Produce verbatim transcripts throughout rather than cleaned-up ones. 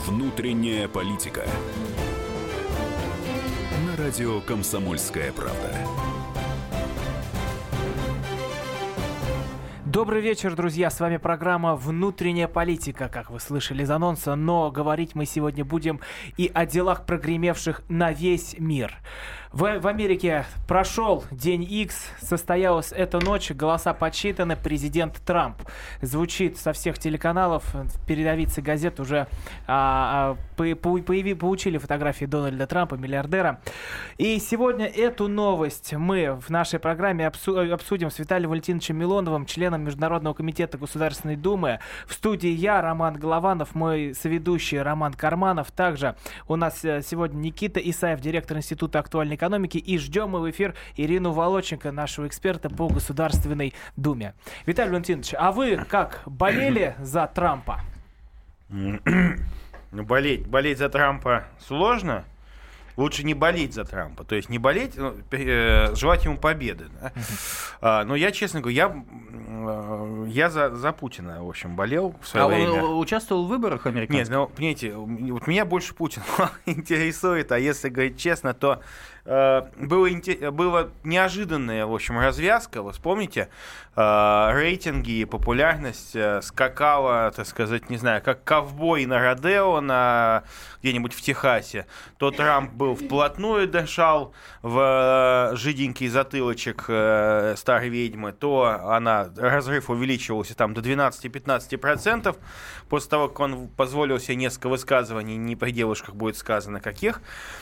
Внутренняя политика. На радио «Комсомольская правда». Добрый вечер, друзья. С вами программа «Внутренняя политика», как вы слышали из анонса. Но говорить мы сегодня будем и о делах, прогремевших на весь мир. В, в Америке прошел День Икс, состоялась эта ночь, голоса подсчитаны, президент Трамп звучит со всех телеканалов, передовицы газет уже а, а, по, по, появи, получили фотографии Дональда Трампа, миллиардера. И сегодня эту новость мы в нашей программе обсу, обсудим с Виталием Валентиновичем Милоновым, членом Международного комитета Государственной Думы. В студии я, Роман Голованов, мой соведущий Роман Карманов. Также у нас сегодня Никита Исаев, директор Института актуальной экономики, и ждем мы в эфир Ирину Волоченко, нашего эксперта по Государственной Думе. Виталий Валентинович, а вы как, болели за Трампа? Ну, болеть, болеть за Трампа сложно. Лучше не болеть за Трампа. То есть не болеть, ну, э, желать ему победы. Да? А, но я, честно говорю, я, э, я за, за Путина, в общем, болел в свое а время. Он участвовал в выборах американских? Нет, ну, понимаете, вот меня больше Путин интересует, а если говорить честно, то э, было, было неожиданная, в общем, развязка. Вы вспомните, э, рейтинги и популярность э, скакала, так сказать, не знаю, как ковбой на родео на, где-нибудь в Техасе. То Трамп был вплотную дышал в жиденький затылочек э, старой ведьмы, то она, разрыв увеличивался там до двенадцать-пятнадцать процентов после того, как он позволил себе несколько высказываний, не при девушках будет сказано каких.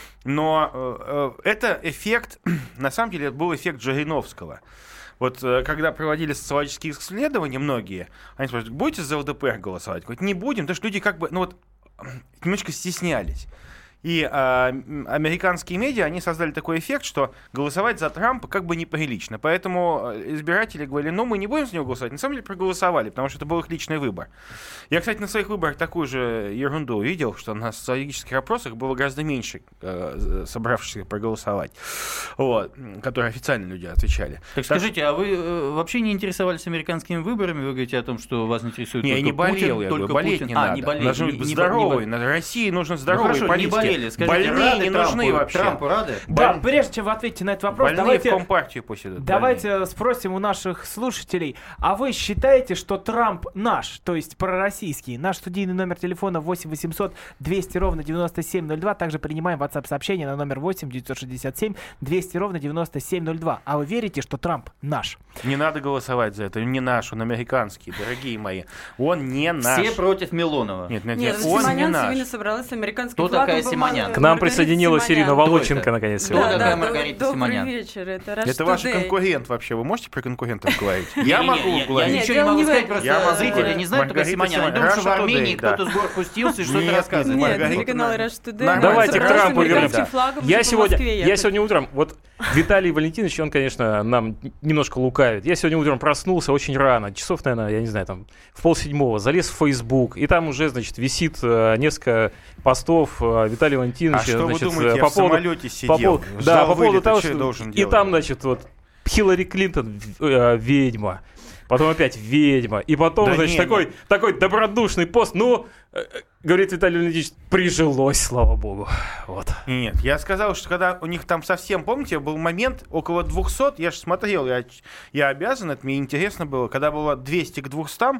Но э, это эффект, на самом деле, это был эффект Жириновского. Вот э, когда проводили социологические исследования многие, они спрашивают, будете за ЛДПР голосовать? Говорят, не будем, потому что люди как бы, ну вот, немножко стеснялись. И э, американские медиа, они создали такой эффект, что голосовать за Трампа как бы неприлично. Поэтому избиратели говорили, ну мы не будем за него голосовать. На самом деле проголосовали, потому что это был их личный выбор. Я, кстати, на своих выборах такую же ерунду видел, что на социологических опросах было гораздо меньше э, собравшихся проголосовать, вот, которые официально люди отвечали. Так, так скажите, а вы э, вообще не интересовались американскими выборами? Вы говорите о том, что вас интересует не, только не болел, Путин, я только говорю, болеть Путин. не а, надо. Не болеть, Должны быть здоровые. На России нужно здоровые ну, хорошо, политики. Не болели. Скажите, больные не Трампу, нужны вообще. Трампу рады? Да, Боль... прежде чем вы ответите на этот вопрос, больные давайте, в Компартию пусть идут. давайте больные. спросим у наших слушателей, а вы считаете, что Трамп наш, то есть пророссийский? Наш студийный номер телефона восемь восемьсот двести ровно девяносто семь ноль два. Также принимаем WhatsApp-сообщение на номер восемь девятьсот шестьдесят семь двести ровно девяносто семь ноль два. А вы верите, что Трамп наш? Не надо голосовать за это. Он не наш, он американский, дорогие мои. Он не наш. Все против Милонова. Нет, нет, нет, нет он Симонян не наш. сегодня собралась с американским Кто флагом. такая Симонян? К нам присоединилась Ирина Волоченко, наконец. Кто Да, такая да, Маргарита добрый Симонян? вечер, это Rush Это ваш Today. конкурент вообще. Вы можете про конкурентов говорить? Я Не, могу не, не, говорить. Я ничего дело не могу не в сказать, этом. просто Я могу зрители говорить. не знают, такая Маргарита Симонян. Они думают, что в Russia Армении Today, да. кто-то с гор спустился и что-то Нет, рассказывает. Нет, Маргарита, телеканал Rush Today. Нормально. Давайте к Собрались Трампу с американским вернемся. флагом, Я чтобы в сегодня, Москве я ехать. сегодня утром, вот Виталий Валентинович, он, конечно, нам немножко лукавит. Я сегодня утром проснулся очень рано, часов, наверное, я не знаю, там, в полседьмого, залез в Facebook, и там уже, значит, висит э, несколько постов э, Виталия Валентиновича. А что значит, вы думаете, э, я по в поводу, самолете по сидел? поводу, Ждал да, по поводу вылета, того, что я что... должен И делать? там, значит, вот, Хиллари Клинтон, э, ведьма. Потом опять ведьма. И потом, Да значит, не, такой, не. такой добродушный пост. Ну, э, говорит Виталий Валентинович, прижилось, слава богу. Вот. Нет, я сказал, что когда у них там совсем, помните, был момент около двухсот, я же смотрел, я, я обязан, это мне интересно было, когда было двести к двухстам,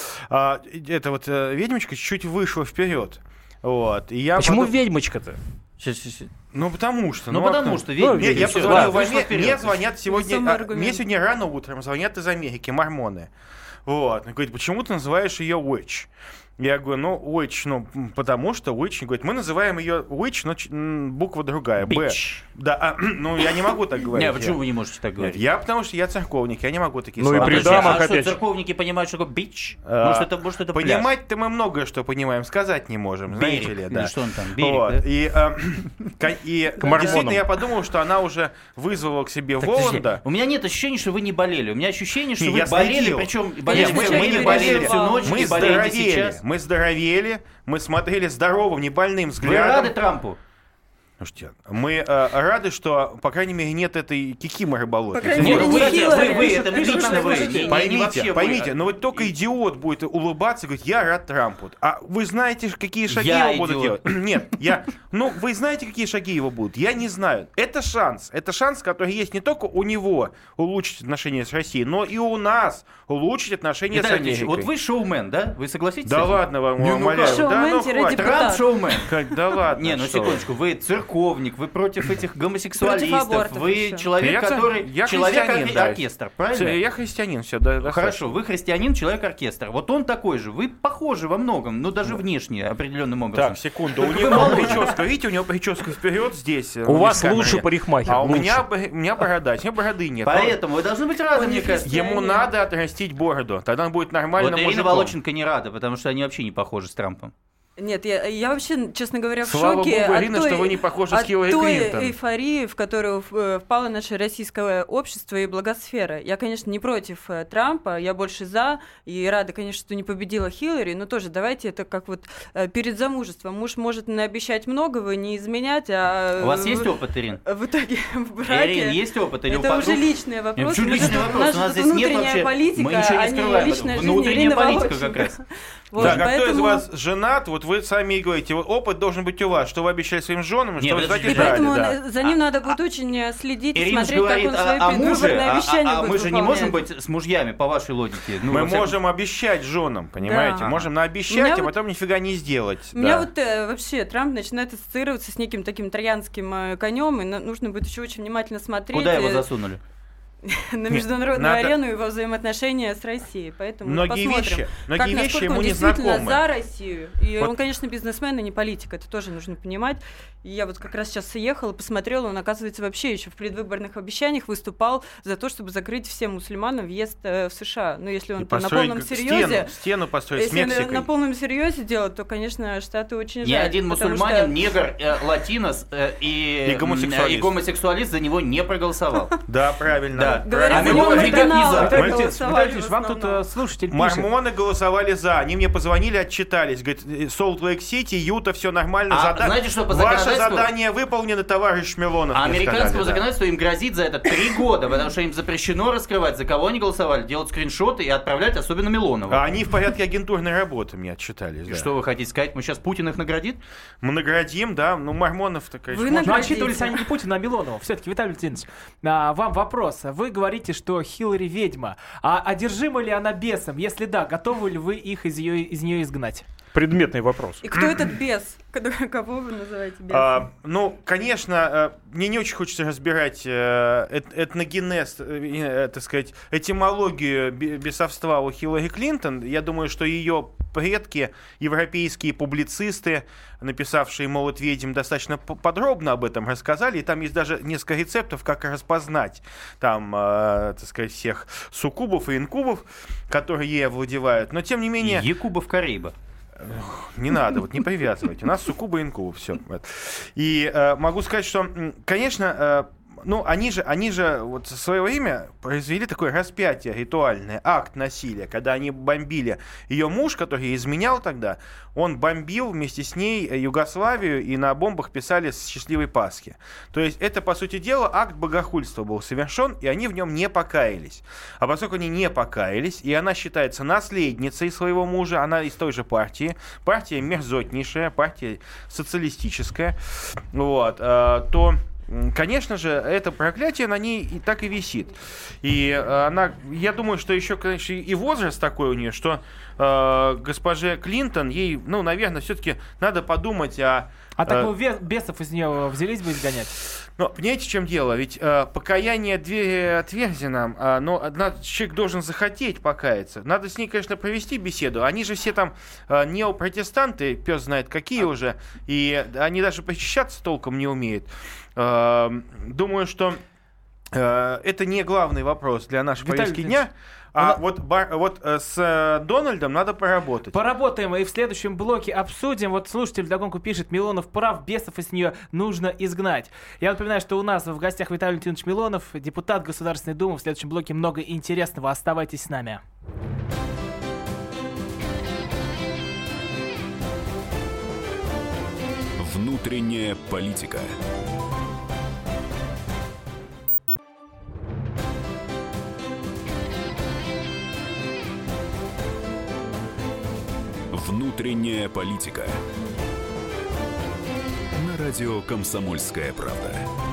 а, эта вот а, ведьмочка чуть-чуть вышла вперед. Вот, и я Почему потом... ведьмочка-то? Сейчас, сейчас, сейчас. Ну, потому что. Ну, а потому кто? что, ведьма, Мне- Я всё, позвонил да, в вышла Америку, вперед. мне звонят сегодня, Самый а, аргумент. мне сегодня рано утром звонят из Америки, мормоны. Вот, он говорит, почему ты называешь ее witch? Я говорю, ну, witch, ну, потому что witch, говорит, мы называем ее witch, но ч- м, буква другая, Б. Bitch. Да, а, ну, я не могу так говорить. Не, почему я. вы не можете так Нет, говорить? я потому что я церковник, я не могу такие Ну и слова. при говорить. дамах а что, опять же. церковники понимают, что такое бич? А, Может, это, может, это пляж? Понимать-то мы многое что понимаем, сказать не можем, знаете Берег, ли, или да. что он там, берег, Вот, да? И, а, ко- и мормонам. действительно я подумал, что она уже вызвала к себе Так, подожди, Воланда. у меня нет ощущения, что вы не болели. У меня ощущение, что Не, вы я болели, следил. причем болели Нет, мы, всю мы ночь, не не болели, болели всю ночь, мы и болеете здоровели, сейчас. мы здоровели, мы смотрели здоровым, не больным Вы взглядом. рады Трампу? Слушайте, мы э, рады, что, по крайней мере, нет этой кикиморы болотной. По крайней Нет, мере, вы, не вы, Хиллари. вы, это Пишут, лично пишут, вы. пишут. не- не Поймите, вообще вы. поймите, но вот только идиот будет улыбаться и говорить, я рад Трампу. А вы знаете, какие шаги Я его будут идиот. делать? Нет, я... Ну, вы знаете, какие шаги его будут? Я не знаю. Это шанс. Это шанс, который есть не только у него улучшить отношения с Россией, но и у нас улучшить отношения Виталий с Ильич, Америкой. вот вы шоумен, да? Вы согласитесь? Да с этим? ладно вам, Не, ну умоляю. как? Да ну Шоумен-депутат. хватит. Трамп шоумен. Как, да ладно. Не, ну что вы. секундочку, вы церковник, вы против этих гомосексуалистов, абортов вы еще. человек, Я ц- который я человек христианин, ор- да. оркестр, правильно? Я христианин, все, да, да. Хорошо, вы христианин, человек-оркестр. Вот он такой же. Вы похожи во многом, ну даже внешне определенным образом. Так, секунду. У него прическа, видите, у него прическа вперед здесь. У вас лучше парикмахер. А у лучше. меня, б- у меня борода, у меня бороды нет. Поэтому вы должны быть рады, Он мне не кажется. Ему христианин. надо отрастить бороду, тогда он будет нормальным Вот Ирина мужиком. Волоченко не рада, потому что они вообще не похожи с Трампом. Нет, я, я вообще, честно говоря, в Слава шоке богу, от Ирина, той, что вы не похожи с от Хиллари той Клинтон. эйфории, в которую э, впало наше российское общество и благосфера. Я, конечно, не против э, Трампа, я больше за, и рада, конечно, что не победила Хиллари, но тоже давайте это как вот э, перед замужеством. Муж может наобещать многого, не изменять, а... У вас в- есть опыт, Ирин? В итоге в браке... Ирин, есть опыт? Или у Это уже подруг? личные Нет, вопросы. почему У нас личный это- вопрос? У нас, У нас это здесь нет внутренняя вообще- политика, мы ничего не а скрываем. личная жизнь Внутренняя Ирины политика Волоченко. как раз. Вот, Так, а кто из поэтому- вас женат? Вот вы сами и говорите, вот опыт должен быть у вас, что вы обещали своим женам, Не, что вы подождите, И сдать поэтому ждали, да. за ним надо будет очень э, следить и Ирина же смотреть, как говорит он свои о, о муже, предвыборные а, обещания а- а будет мы же не можем выполнять. быть с мужьями, по вашей логике. Ну, Мы во всяком- можем обещать женам, понимаете? Да. Можем У наобещать, меня а вот- потом нифига не сделать. У меня да. вот э, вообще Трамп начинает ассоциироваться с неким таким троянским э, конем, и на- нужно будет еще очень внимательно смотреть Куда его э, засунули? на международную надо- арену его взаимоотношения с Россией. Поэтому Многие посмотрим, вещи, многие как, вещи насколько ему он не действительно знакомы. за Россию. И Вот. он, конечно, бизнесмен, и не политик, это тоже нужно понимать. И я вот как раз сейчас съехала, посмотрела, он, оказывается, вообще еще в предвыборных обещаниях выступал за то, чтобы закрыть всем мусульманам въезд э, в США. Но если И он на построить полном г- серьезе... Стену, стену построить с Если на, Мексикой. на полном серьезе делать, то, конечно, Штаты очень Ни жаль. один потому мусульманин, что- негр, э, латинос э, и, И м, гомосексуалист. и гомосексуалист за него не проголосовал. Да, правильно. Да. Говорят, А за мы него его никак не мордонавы за. проголосовали Виталий Ильич, в вам тут основном. э, слушатель пишет. Мормоны голосовали за. Они мне позвонили, отчитались. Говорит, Солт-Лейк-Сити, Юта, все нормально. А Зада- знаете, что по Ваше законодательству- задание выполнено, товарищ Милонов. А мне американскому сказали, да. законодательству им грозит за это три года, потому что им запрещено раскрывать, за кого они голосовали, делать скриншоты и отправлять, особенно Милонову. А они в порядке агентурной работы мне отчитались. Да. Что вы хотите сказать? Мы сейчас Путин их наградит? Мы наградим, да. Ну, Мормонов такая. Вы Ну, наградите. отчитывались они не Путина, а Милонова. Все-таки, Виталий Валентинович, а, вам вопрос. Вы говорите, что Хиллари ведьма. А одержима ли она бесом? Если да, готовы ли вы их из, ее, из нее изгнать? Предметный вопрос. И кто этот бес? Кого вы называете бесом? А, ну, конечно, э, мне не очень хочется разбирать э, эт- этногенез, э, э, так сказать, этимологию бе- бесовства у Хиллари Клинтон. Я думаю, что ее предки, европейские публицисты, написавшие «Молот ведьм», достаточно п- подробно об этом рассказали. И там есть даже несколько рецептов, как распознать там, э, так сказать, всех суккубов и инкубов, которые ей овладевают. Но, тем не менее... Якубов Кариба. Не надо, вот не привязывайте. У нас суккуба и инкуба, все. И э, могу сказать, что, м, конечно, э, ну, они же, они же вот в свое время произвели такое распятие ритуальное, акт насилия, когда они бомбили ее муж, который изменял тогда, он бомбил вместе с ней Югославию, и на бомбах писали «Счастливой Пасхи». То есть это, по сути дела, акт богохульства был совершен, и они в нем не покаялись. А поскольку они не покаялись, и она считается наследницей своего мужа, она из той же партии, партия мерзотнейшая, партия социалистическая, вот, э, то... Конечно же, это проклятие на ней и так и висит. И она, я думаю, что еще, конечно, и возраст такой у нее, что э, госпоже Клинтон, ей, ну, наверное, все-таки надо подумать о... А э, так вы ве- бесов из нее взялись бы изгонять? Но понимаете, в чем дело? Ведь э, покаяние двери отверзи нам, э, но надо, человек должен захотеть покаяться. Надо с ней, конечно, провести беседу. Они же все там э, неопротестанты, пес знает какие уже, и они даже причащаться толком не умеют. Э, думаю, что э, это не главный вопрос для нашей Виталий повестки дня. А Она- вот, бар- вот э, с э, Дональдом надо поработать. Поработаем и в следующем блоке обсудим. Вот слушатель вдогонку пишет: Милонов прав, бесов из нее нужно изгнать. Я напоминаю, что у нас в гостях Виталий Валентинович Милонов, депутат Государственной Думы. В следующем блоке много интересного. Оставайтесь с нами. Внутренняя политика. Внутренняя политика. На радио «Комсомольская правда».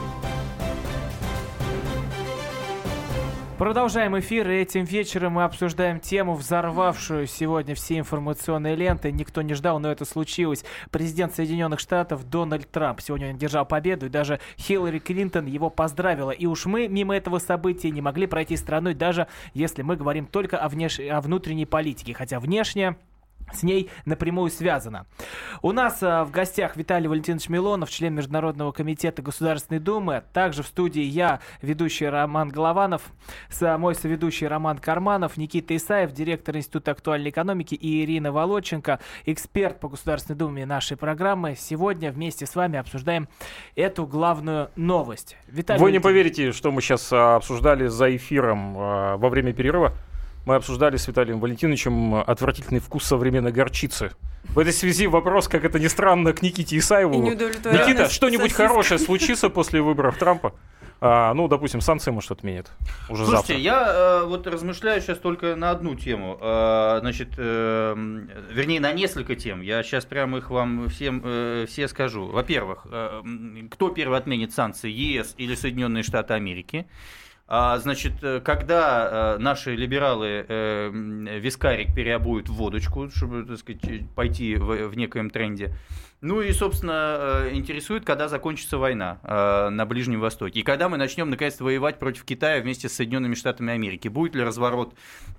Продолжаем эфир, и этим вечером мы обсуждаем тему, взорвавшую сегодня все информационные ленты. Никто не ждал, но это случилось. Президент Соединенных Штатов Дональд Трамп. Сегодня он одержал победу, и даже Хиллари Клинтон его поздравила. И уж мы мимо этого события не могли пройти страной, даже если мы говорим только о, внеш... о внутренней политике. Хотя внешняя с ней напрямую связано. У нас а, в гостях Виталий Валентинович Милонов, член Международного комитета Государственной Думы. Также в студии я, ведущий Роман Голованов, с, мой соведущий Роман Карманов, Никита Исаев, директор Института актуальной экономики, и Ирина Володченко, эксперт по Государственной Думе нашей программы. Сегодня вместе с вами обсуждаем эту главную новость. Виталий Вы Валентинович... не поверите, что мы сейчас а, обсуждали за эфиром а, во время перерыва. Мы обсуждали с Виталием Валентиновичем отвратительный вкус современной горчицы. В этой связи вопрос, как это ни странно, к Никите Исаеву. Никита, что-нибудь сосиска. Хорошее случится после выборов Трампа? А, ну, допустим, санкции, может, отменят уже Слушайте, завтра. я э, вот размышляю сейчас только на одну тему. Э, значит, э, вернее, на несколько тем. Я сейчас прямо их вам всем э, все скажу. Во-первых, э, кто первый отменит санкции, ЕС или Соединенные Штаты Америки? А, значит, когда э, наши либералы э, вискарик переобуют в водочку, чтобы, так сказать, пойти в, в некоем тренде. Ну и, собственно, интересует, когда закончится война э, на Ближнем Востоке. И когда мы начнем, наконец, воевать против Китая вместе с Соединенными Штатами Америки. Будет ли разворот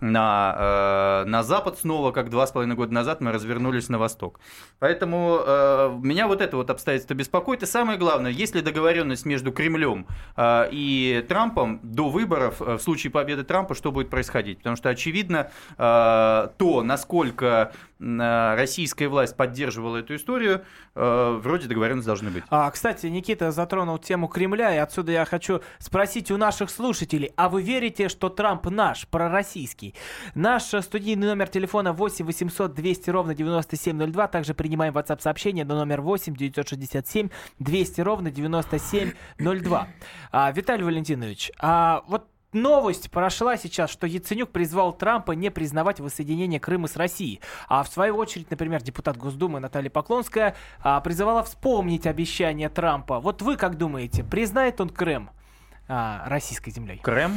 на, э, на Запад снова, как два с половиной года назад мы развернулись на Восток. Поэтому э, меня вот это вот обстоятельство беспокоит. И самое главное, есть ли договоренность между Кремлем э, и Трампом до выборов, в случае победы Трампа, что будет происходить? Потому что, очевидно, э, то, насколько э, российская власть поддерживала эту историю, э, вроде договоренности должны быть. А, кстати, Никита затронул тему Кремля, и отсюда я хочу спросить у наших слушателей, а вы верите, что Трамп наш, пророссийский? Наш студийный номер телефона восемь восемьсот двести ровно девяносто семь ноль два, также принимаем WhatsApp-сообщение на номер восемь девятьсот шестьдесят семь двести ровно девяносто семь ноль два. А, Виталий Валентинович, а вот новость прошла сейчас, что Яценюк призвал Трампа не признавать воссоединение Крыма с Россией. А в свою очередь, например, депутат Госдумы Наталья Поклонская а, призывала вспомнить обещание Трампа. Вот вы как думаете, признает он Крым а, российской землей? Крым?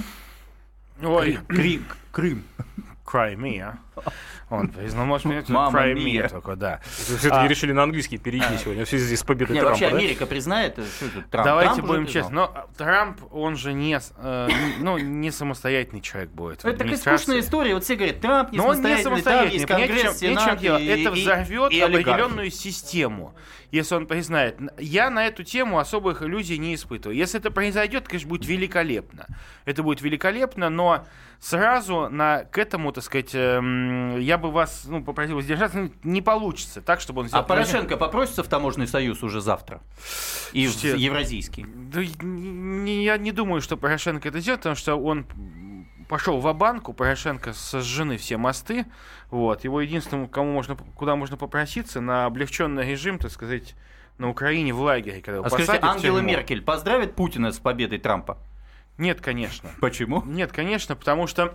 Ой, Крым. Крым. Crimea. Он признал, может быть, Мама Crimea мия. только, да. Все-таки А. решили на английский перейти А. сегодня в связи с победой Не, Трампа, вообще да? Америка признает, что тут Трамп. Давайте Трамп уже будем признал. честны, но Трамп, он же не, э, ну, не самостоятельный человек будет. в Это такая администрации. скучная история. Вот все говорят, Трамп не Но он не самостоятельный, там самостоятельный. есть Понимаете, в чем- Конгресс, понимаете, в чем Сенат дело? и- Это и- взорвет и олигархи. определенную систему, если он признает. Я на эту тему особых иллюзий не испытываю. Если это произойдет, конечно, будет великолепно. Это будет великолепно, но сразу на, к этому, так сказать, эм, я бы вас ну, попросил сдержаться. Ну, не получится так, чтобы он А сделал... Порошенко попросится в таможенный союз уже завтра? И в Слушайте, евразийский? Да, не- я не думаю, что Порошенко это сделает, потому что он пошел ва-банк, у Порошенко сожжены все мосты. Вот. Его единственным, кому можно, куда можно попроситься, на облегченный режим, так сказать, на Украине в лагере. Когда его А скажите, посадят в Ангела тюрьму. Меркель поздравит Путина с победой Трампа? Нет, конечно. Почему? Нет, конечно, потому что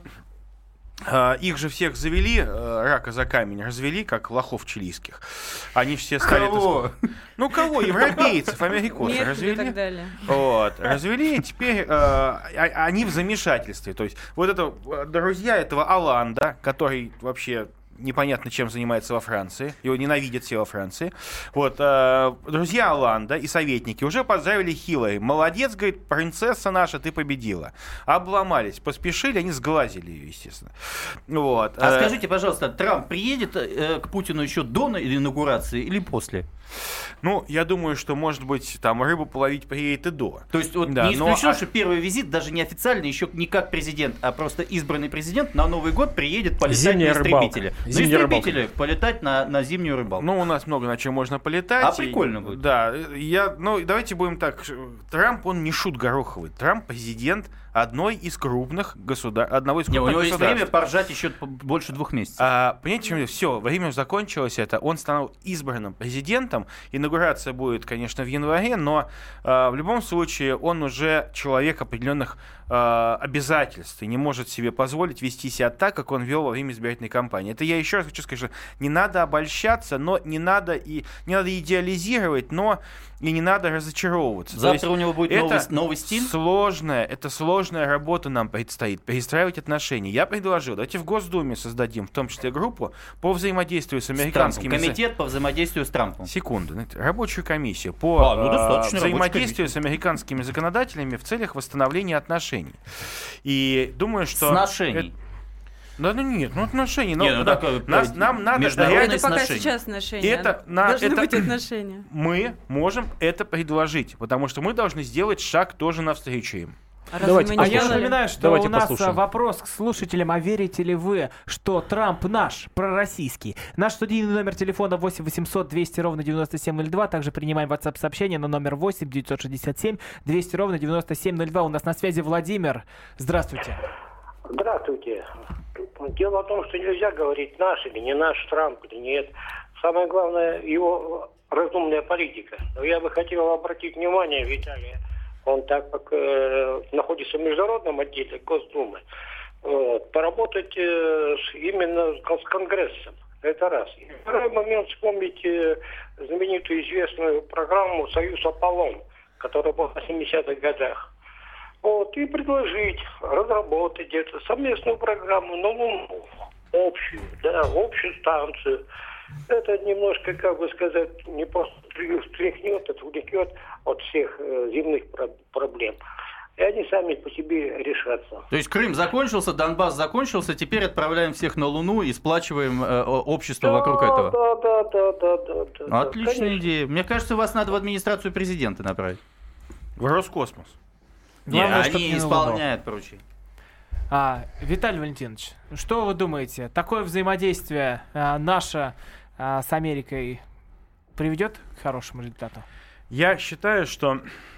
э, их же всех завели, э, рака за камень, развели, как лохов чилийских. Они все стали... так Кого? сказать, ну, кого? Европейцев, америкосов Меркель и развели. так далее. Вот, развели, и теперь э, а- они в замешательстве. То есть, вот это э, друзья этого Оланда, который вообще непонятно чем занимается во Франции, его ненавидят все во Франции. Вот, э, друзья Оланда и советники уже поздравили Хиллари. Молодец, говорит, принцесса наша, ты победила. Обломались, поспешили, они сглазили ее, естественно. Вот. А э, скажите, пожалуйста, Трамп приедет э, к Путину еще до на- инаугурации или после? Ну, я думаю, что, может быть, там рыбу половить приедет и до. То есть вот Да, не но, исключено, а- что первый визит, даже не официальный, еще не как президент, а просто избранный президент на Новый год приедет полетать Зимняя на рыбалка. истребителе. На Зимняя истребителе полетать на, на зимнюю рыбалку. Ну, у нас много на чем можно полетать. А прикольно будет. Да, я, ну, давайте будем так. Трамп, он не шут гороховый. Трамп президент одной из крупных государств, одного из Не, крупных у него есть государств. время поржать еще больше двух месяцев. А, понимаете, чем все, время закончилось это, он стал избранным президентом, инаугурация будет, конечно, в январе, но а, в любом случае он уже человек определенных а, обязательств и не может себе позволить вести себя так, как он вел во время избирательной кампании. Это я еще раз хочу сказать, что не надо обольщаться, но не надо и не надо идеализировать, но и не надо разочаровываться. Завтра у него будет новый, это новый стиль? Сложная, это сложная работа нам предстоит, перестраивать отношения. Я предложил, давайте в Госдуме создадим, в том числе группу по взаимодействию с американскими... С Комитет по взаимодействию с Трампом. Секунду. Рабочую комиссию по а, ну, достаточно, взаимодействию с американскими законодателями в целях восстановления отношений. И думаю, что... Сношений. Это... Да, ну нет, ну отношения. Не, ну, да, так, нас, нам надо... международные Это пока сношения. сейчас отношения. Это, на, Должны это, быть отношения. Мы можем это предложить, потому что мы должны сделать шаг тоже навстречу им. А разве Давайте мы А не я делали? напоминаю, что Давайте у нас послушаем. вопрос к слушателям. А верите ли вы, что Трамп наш, пророссийский? Наш студийный номер телефона восемь восемьсот двести ровно девяносто семь ноль два. Также принимаем WhatsApp-сообщение на номер восемь девятьсот шестьдесят семь двести ровно девяносто семь ноль два. У нас на связи Владимир. Здравствуйте. Здравствуйте. Дело в том, что нельзя говорить наш или не наш Трамп или нет. Самое главное его разумная политика. Но я бы хотел обратить внимание Виталия. Он так как э, находится в международном отделе Госдумы, вот, поработать э, с, именно с Конгрессом. Это раз. И второй момент, вспомнить э, знаменитую известную программу «Союз Аполлон», которая была в семидесятых годах. Вот, и предложить, разработать где-то совместную программу, на Луну, общую, да, общую станцию. Это немножко, как бы сказать, не просто встряхнет, отвлекет от всех э, земных про- проблем. И они сами по себе решатся. То есть Крым закончился, Донбасс закончился, теперь отправляем всех на Луну и сплачиваем э, общество да, вокруг этого. Да, да, да, да, да, да. Отличная Конечно. идея. Мне кажется, вас надо в администрацию президента направить. В Роскосмос. Главное, Не, чтоб они не исполняют прочие. А, Виталий Валентинович, что вы думаете? Такое взаимодействие а, наше а, с Америкой приведет к хорошему результату? Я считаю, что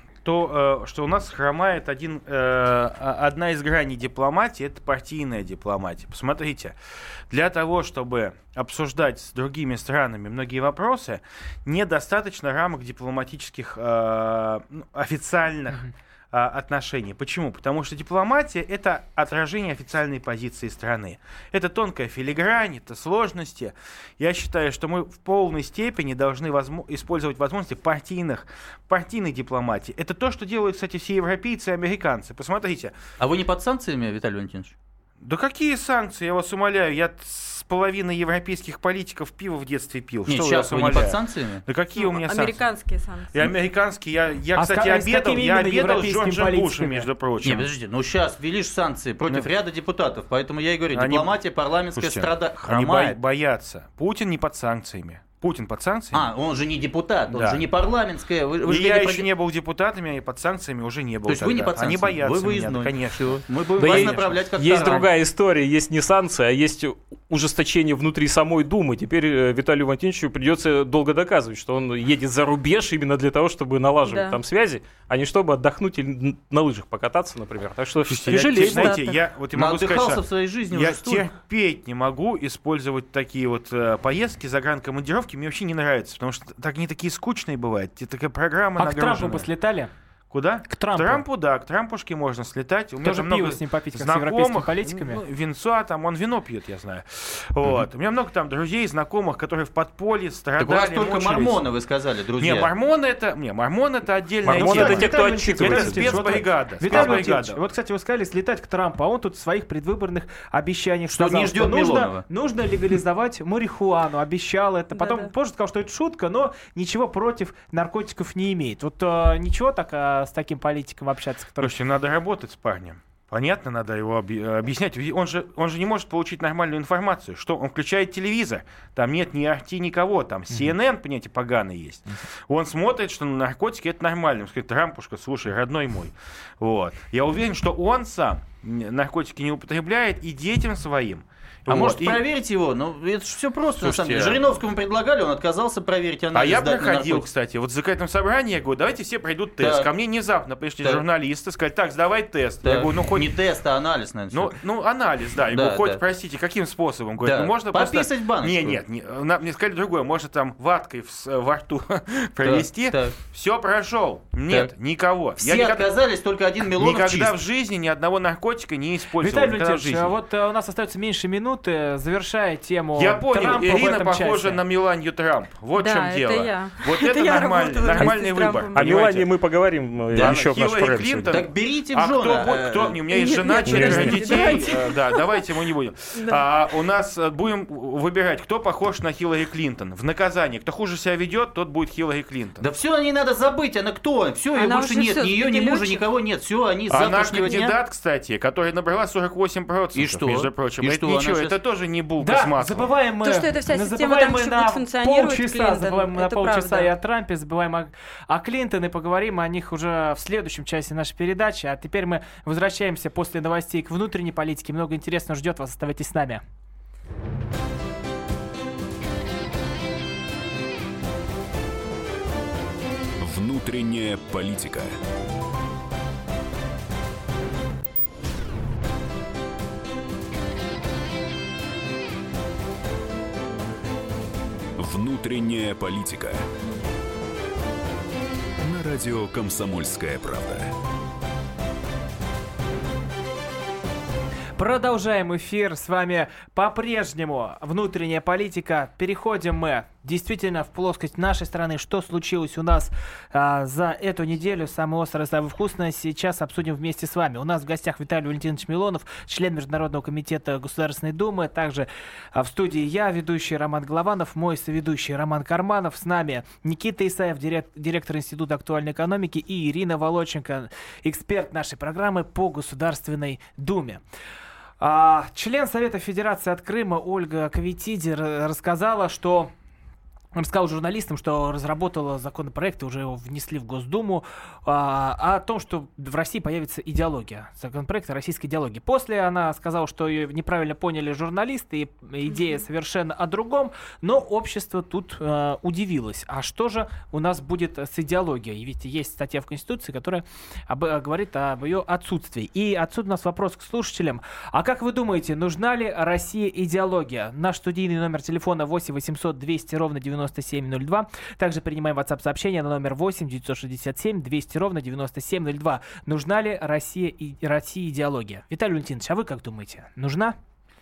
то, э, что у нас хромает один, э, одна из граней дипломатии, это партийная дипломатия. Посмотрите, для того, чтобы обсуждать с другими странами многие вопросы, недостаточно рамок дипломатических э, официальных отношений. Почему? Потому что дипломатия — это отражение официальной позиции страны. Это тонкая филигрань, это сложности. Я считаю, что мы в полной степени должны возможно, использовать возможности партийных, партийной дипломатии. Это то, что делают, кстати, все европейцы и американцы. Посмотрите. А вы не под санкциями, Виталий Валентинович? Да какие санкции, я вас умоляю. Я с половиной европейских политиков пиво в детстве пил. Нет, что сейчас я вы вас не под умоляю? санкциями? Да какие Ну, у меня санкции? американские санкции. И американские. Я, я А кстати, с ка- с обедал, какими я именно обедал с европейскими Джорджем Бушем, политиками? между прочим. Не, подождите, ну сейчас ввели же санкции против Ну, ряда депутатов, поэтому я и говорю, они- дипломатия парламентская Слушайте, страдает, они хромает. бо- боятся. Путин не под санкциями. Путин под санкциями. А, он же не депутат, он Да. же не парламентская. Вы, вы И же я говорили еще про- не был депутатом, я и под санкциями уже не был. То есть вы не тогда. под санкциями? Они боятся Вы меня, да, выездной. конечно. Всё. Мы будем Да вас есть- направлять как Есть таран. другая история, есть не санкции, а есть ужесточение внутри самой Думы. Теперь э, Виталию Валентиновичу придется долго доказывать, что он едет за рубеж именно для того, чтобы налаживать Да. там связи, а не чтобы отдохнуть или н- на лыжах покататься, например. Так что Слушайте, не я, жалейте. знаете, я вот я могу сказать, Наотдыхался что в своей жизни я уже столько. терпеть не могу использовать такие вот э, поездки, загранкомандировки. Мне вообще не нравится, потому что так, они такие скучные бывают. Это такая программа А к Трампу нагруженная. бы слетали? Куда? К Трампу. Трампу, да, к Трампушке можно слетать. У меня Тоже там много пиво с ним попить, как с европейскими знакомых, политиками? ну, винца там, он вино пьет, я знаю. Вот. У меня много там друзей, знакомых, которые в подполье страдали, Так у вас только мучились. мормоны, вы сказали, друзья. Не, мормоны это, не, мормон это отдельная Мормоны тема. это те, кто Виталий отчитывается. Это Валентинович, вот спецбригада. Виталий Валентинович, спецбригада. вот, кстати, вы сказали слетать к Трампу, а он тут в своих предвыборных обещаниях Что сказал, не ждет нужно, Милонова. нужно легализовать марихуану, обещал это. Потом Да-да. позже сказал, что это шутка, но ничего против наркотиков не имеет. Вот э, ничего так э, с таким политиком общаться, который... Слушайте, надо работать с парнем. Понятно, надо его объ- объяснять. Он же, он же не может получить нормальную информацию. Что? Он включает телевизор. Там нет ни Арти, никого. Там Си Эн Эн, понимаете, поганый есть. Он смотрит, что на наркотики это нормально. Он говорит, Рампушка, слушай, родной мой. Вот. Я уверен, что он сам наркотики не употребляет и детям своим А Вот. может И- проверить его? Ну, это же все просто, на самом Слушайте, деле. а- Жириновскому предлагали, он отказался проверить А анализ. я сдать на проходил, наркотики. кстати, вот в законодательном собрании, я говорю, давайте все пройдут тест. Так. Ко мне внезапно пришли Так. журналисты, сказали, так, сдавай тест. Да. Я говорю, ну хоть... Не тест, а анализ, наверное. Ну, ну, анализ, да. Я Да, говорю, хоть, да. простите, каким способом? Говорят, Да. ну, можно Пописать просто... в баночку. Не, нет, не, на- мне сказали другое. Можно там ваткой в с- во рту провести. так. Все, прошел. Нет, Так. никого. Все Я никогда, отказались, только один Милонов никогда чист. в жизни ни одного наркотика не использовал. Виталий Никогда в Валентинович, жизни. а вот э, у нас остается меньше минуты, завершая тему Я понял, Трампа в Ирина этом похожа часе. на Меланию Трамп. Вот в Да, чем это дело. я. Вот Это это я нормальный, работала нормальный вместе с выбор. Трампом. О понимаете? Милане мы поговорим э, Да, еще в нашей Хиллари программе Клинтон. сегодня. Так берите в А кто, жены. будет- э, кто? У меня есть Нет, жена, нет, четверо нет, нет, детей. давайте. Э, Да, давайте мы не будем. А, у нас э, будем выбирать, кто похож на Хиллари Клинтон. В наказание. Кто хуже себя ведет, тот будет Хиллари Клинтон. Да все, о ней надо забыть, она кто? Все, ее Она больше уже нет, всё, ни ее, ни сбитый мужа, летчик. никого нет. Все, они с Она завтрашнего дня. кандидат, кстати, которая набрала сорок восемь процентов. И что? Между прочим. И это что, ничего, она это щас- тоже не булка с Да, маслом. забываем мы, То, что эта вся ну, система забываем там мы еще на будет функционировать, полчаса, Клинтон, забываем на это полчаса правда. и о Трампе, забываем о, о Клинтоне, поговорим о них уже в следующем часе нашей передачи. А теперь мы возвращаемся после новостей к внутренней политике. Много интересного ждет вас, оставайтесь с нами. Внутренняя политика. Внутренняя политика. На радио «Комсомольская правда». Продолжаем эфир. С вами по-прежнему внутренняя политика. Переходим мы действительно в плоскость нашей страны. Что случилось у нас а, за эту неделю? Самое острое, самое вкусное сейчас обсудим вместе с вами. У нас в гостях Виталий Валентинович Милонов, член Международного комитета Государственной Думы. Также а, в студии я, ведущий Роман Голованов, мой соведущий Роман Карманов. С нами Никита Исаев, директ, директор Института актуальной экономики, и Ирина Волоченко, эксперт нашей программы по Государственной Думе. А, член Совета Федерации от Крыма Ольга Кавитиди р- рассказала, что рассказал журналистам, что разработала законопроект, и уже его внесли в Госдуму, а, о том, что в России появится идеология, законопроект о российской идеологии. После она сказала, что ее неправильно поняли журналисты, и идея совершенно о другом, но общество тут а, удивилось. А что же у нас будет с идеологией? И ведь есть статья в Конституции, которая об- говорит об ее отсутствии. И отсюда у нас вопрос к слушателям. А как вы думаете, нужна ли России идеология? Наш студийный номер телефона восемь восемьсот двести ровно девяносто семь ноль два. Также принимаем WhatsApp-сообщение на номер восемь девятьсот шестьдесят семь двести ровно девяносто семь ноль два. Нужна ли Россия и России идеология? Виталий Валентинович, а вы как думаете? Нужна?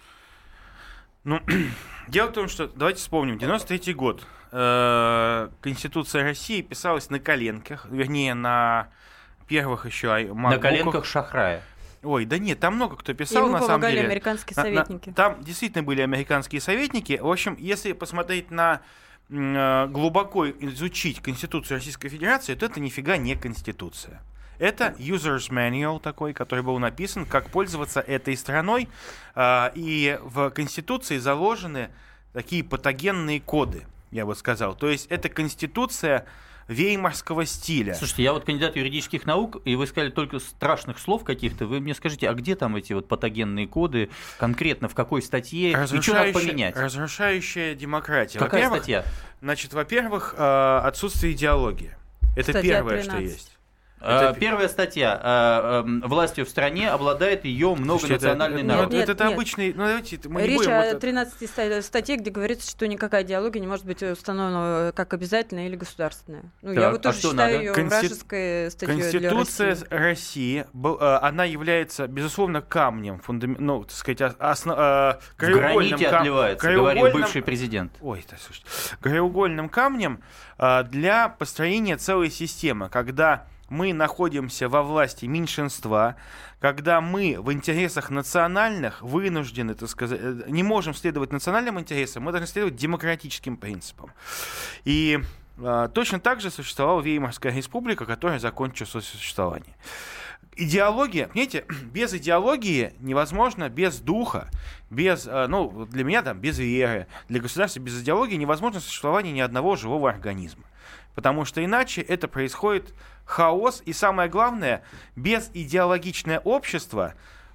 Ну, дело в том, что, давайте вспомним, девяносто третий год. Э, Конституция России писалась на коленках, вернее, на первых еще ай- На макбуках. коленках Шахрая. Ой, да нет, там много кто писал, Ему на самом помогали деле. американские На- на- советники. Там действительно были американские советники. В общем, если посмотреть на м, э, глубоко изучить Конституцию Российской Федерации, то это нифига не Конституция. Это user's manual такой, который был написан, как пользоваться этой страной. А, И в Конституции заложены такие патогенные коды, я бы сказал. То есть это Конституция веймарского стиля. Слушайте, я вот кандидат юридических наук, и вы сказали только страшных слов каких-то. Вы мне скажите, а где там эти вот патогенные коды, конкретно в какой статье, и что надо Разрушающая, поменять? разрушающая демократия. Какая Во-первых, статья? Значит, во-первых, э, отсутствие идеологии. Это Статья первое, что тринадцать. есть. А, Это- Первая статья. а, эм, Властью в стране обладает ее многонациональный Слушайте, это, народ. ну, Нет, это, это нет. обычный... Ну, давайте, мы не Речь будем... о это- тринадцатой ста- статье, где говорится, что никакая идеология не может быть установлена как обязательная или государственная. Ну, Так, я вот а тоже что считаю надо? ее Консти- вражеской статьей для Конституция России. России, был- э, она является, безусловно, камнем, фундамент, ну, так сказать, ос- основ- э, В краеугольным граните кам- отливается, говорил краеугольным- бывший президент. Ой, да, слушайте. Краеугольным камнем э, для построения целой системы, когда мы находимся во власти меньшинства, когда мы в интересах национальных вынуждены, так сказать, э, не можем следовать национальным интересам, мы должны следовать демократическим принципам. И э, точно так же существовала Веймарская республика, которая закончила свое существование. Идеология, понимаете, без идеологии невозможно, без духа, без, э, ну, для меня там, без веры, для государства без идеологии невозможно существование ни одного живого организма. Потому что иначе это происходит хаос, и самое главное, без идеологичное общество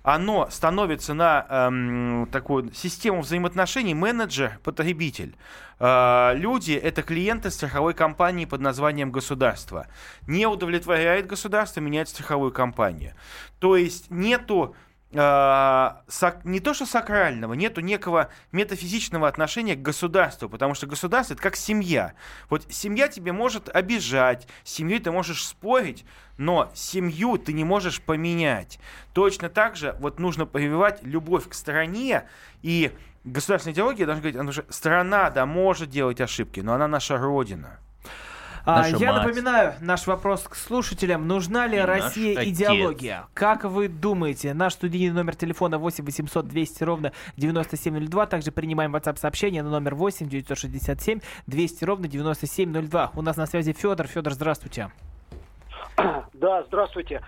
оно становится на эм, такую систему взаимоотношений менеджер-потребитель. Э, люди — это клиенты страховой компании под названием государство. Не удовлетворяет государство, меняет страховую компанию. То есть нету не то что сакрального, нету некого метафизичного отношения к государству, потому что государство — это как семья. Вот семья тебе может обижать, с семьей ты можешь спорить, но семью ты не можешь поменять. Точно так же вот нужно прививать любовь к стране, и государственная идеология должна говорить, что страна, да, может делать ошибки, но она наша родина. А, я мать. напоминаю, наш вопрос к слушателям. Нужна ли и России идеология? Как вы думаете? Наш студийный номер телефона восемь восемьсот двести ровно девяносто семь ноль два. Также принимаем WhatsApp-сообщение на номер восемь девятьсот шестьдесят семь двести ровно девяносто семь ноль два. У нас на связи Федор. Федор, здравствуйте. Да, здравствуйте.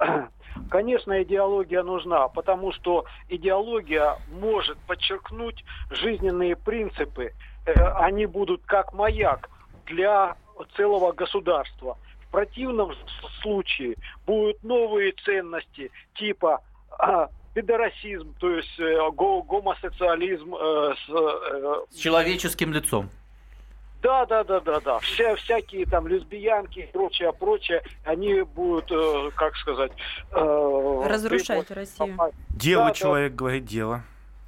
Конечно, идеология нужна, потому что идеология может подчеркнуть жизненные принципы. Они будут как маяк для целого государства. В противном случае будут новые ценности типа а, педорасизм, то есть э, го- гомосексуализм э, с, э, с человеческим лицом. Да, да, да, да, да. Вся, всякие там лесбиянки и прочее, прочее, они будут, э, как сказать, э, разрушать требовать... Россию. Дело, да, человек да. говорит, дело.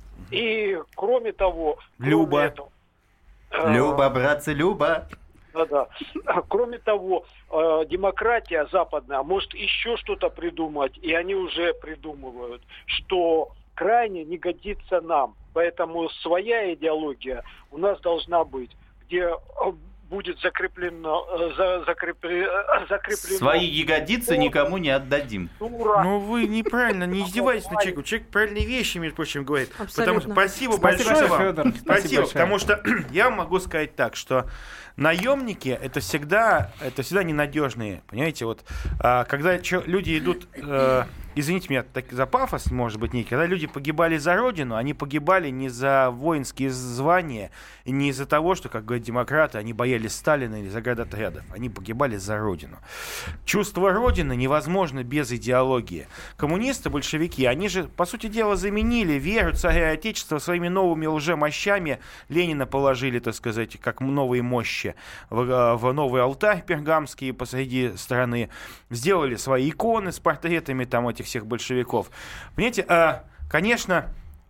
И кроме того, Люба. кроме этого, э, Люба, братцы, Люба. Да-да. Кроме того, э, демократия западная может еще что-то придумать, и они уже придумывают, что крайне не годится нам. Поэтому своя идеология у нас должна быть, где будет закреплено, за, закрепле, закреплено... Свои ягодицы никому не отдадим. Ура. Ну вы неправильно, не издевайтесь на человека. Человек правильные вещи, между прочим, говорит. Абсолютно. Потому что спасибо, Спасибо большое вам. Федор. Спасибо, Спасибо, большое. потому что я могу сказать так, что наемники это всегда, это всегда ненадежные, понимаете, вот а, когда чё, люди идут, э, извините меня так, за пафос, может быть, некий, когда люди погибали за родину, они погибали не за воинские звания и не из-за того, что, как говорят демократы, они боялись Сталина или заградотрядов, они погибали за родину. Чувство родины невозможно без идеологии. Коммунисты, большевики, они же, по сути дела, заменили веру царя и отечества своими новыми лжемощами. Ленина положили, так сказать, как новые мощи в, в новый алтарь пергамский посреди страны, сделали свои иконы с портретами там этих всех большевиков. Понимаете, а, конечно,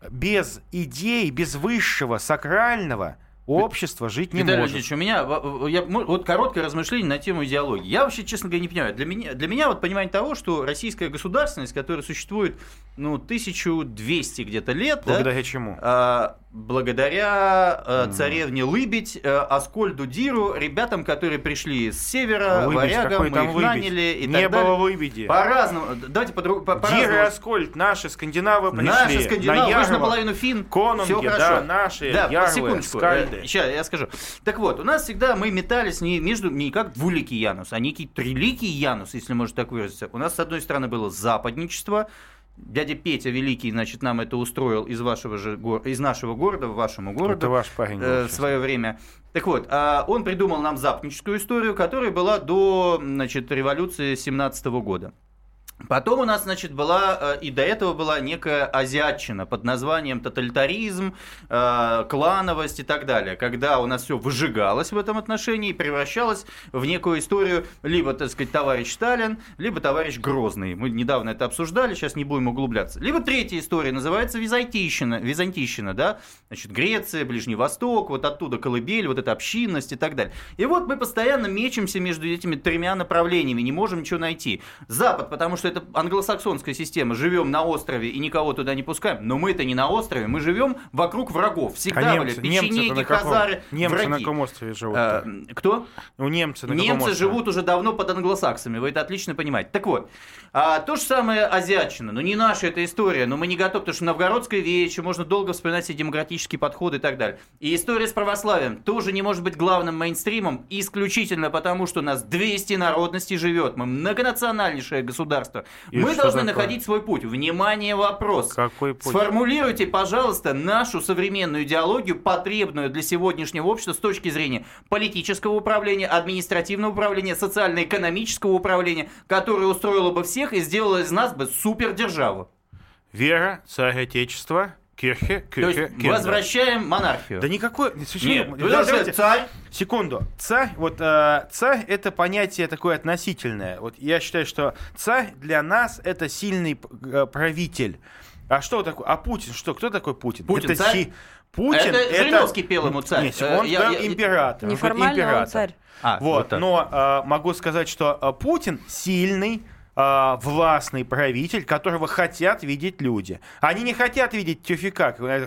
без идей, без высшего сакрального общества жить не Виталий может. Владимирович, у меня я, вот короткое размышление на тему идеологии. Я вообще, честно говоря, не понимаю. Для меня, для меня вот понимание того, что российская государственность, которая существует, ну, тысячу двести где-то лет, Благодаря да, чему? А, благодаря а, царевне Лыбедь, а, Аскольду Диру, ребятам, которые пришли с севера, Лыбедь, варягам, мы их Лыбедь? наняли и Не так было далее. Лыбеди. По-разному. Давайте по, по, по Дир и Аскольд, наши скандинавы пришли. Наши скандинавы, на вы же Ярлах. наполовину фин. Конунги, Всё хорошо. да, наши, да, ярлы, секундочку. скальды. Сейчас я скажу. Так вот, у нас всегда мы метались не между не как двуликий Янус, а некий триликий Янус, если можно так выразиться. У нас с одной стороны было западничество. Дядя Петя Великий, значит, нам это устроил из вашего же гор... из нашего города в вашему городу. Это ваш парень был э, в свое время. Так вот, а он придумал нам западническую историю, которая была до, значит, революции семнадцатого года. Потом у нас, значит, была, и до этого была некая азиатчина под названием тоталитаризм, клановость и так далее, когда у нас все выжигалось в этом отношении и превращалось в некую историю либо, так сказать, товарищ Сталин, либо товарищ Грозный. Мы недавно это обсуждали, сейчас не будем углубляться. Либо третья история называется византийщина, византийщина, да, значит, Греция, Ближний Восток, вот оттуда колыбель, вот эта общинность и так далее. И вот мы постоянно мечемся между этими тремя направлениями, не можем ничего найти. Запад, потому что это англосаксонская система, живем на острове и никого туда не пускаем, но мы-то не на острове, мы живем вокруг врагов. Всегда а были немцы, печенеги, хазары, немцы враги. на каком острове живут? А, кто? У немцев на каком Немцы острове? живут уже давно под англосаксами, вы это отлично понимаете. Так вот, а, то же самое азиатчина, но не наша эта история, но мы не готовы, потому что новгородское вече, можно долго вспоминать все демократические подходы и так далее. И история с православием тоже не может быть главным мейнстримом, исключительно потому, что у нас двести народностей живет, мы многонациональнейшее государство. И мы что должны такое? находить свой путь. Внимание, вопрос. Какой путь? Сформулируйте, пожалуйста, нашу современную идеологию, потребную для сегодняшнего общества с точки зрения политического управления, административного управления, социально-экономического управления, которое устроило бы всех и сделало из нас бы супердержаву. Вера, царь, отечество, кирхе, То кирхе, есть кирхе. возвращаем монархию. Да никакой... Нет, да, вы должны царь. Секунду. Царь, вот э, царь это понятие такое относительное. Вот я считаю, что царь для нас это сильный э, правитель. А что такое? А Путин что? Кто такой Путин? Путин это царь? си... Путин Это это... Жириновский пел ему царь. Нет, он Я- там я- император. он Неформально император. он царь. А, Вот, так. но э, могу сказать, что э, Путин сильный, э, властный правитель, которого хотят видеть люди. Они не хотят видеть тюфика, э,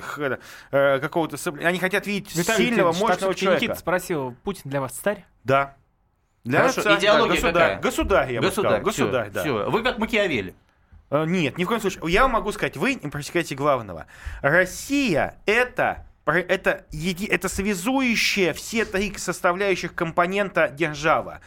э, какого-то... сопля- Они хотят видеть Виталий сильного, Леонидович, так мощного что Никита человека. спросил, Путин для вас царь? Да. Для Хорошо, нас царь, идеология да, государь, какая? государь, я бы Государь, сказал. Государь, всё, да. всё. Вы как Макиавелли. Э, Нет, ни в коем случае. Я вам могу сказать, вы не просекаете главного. Россия это, это, еди- это связующая все три составляющих компонента держава.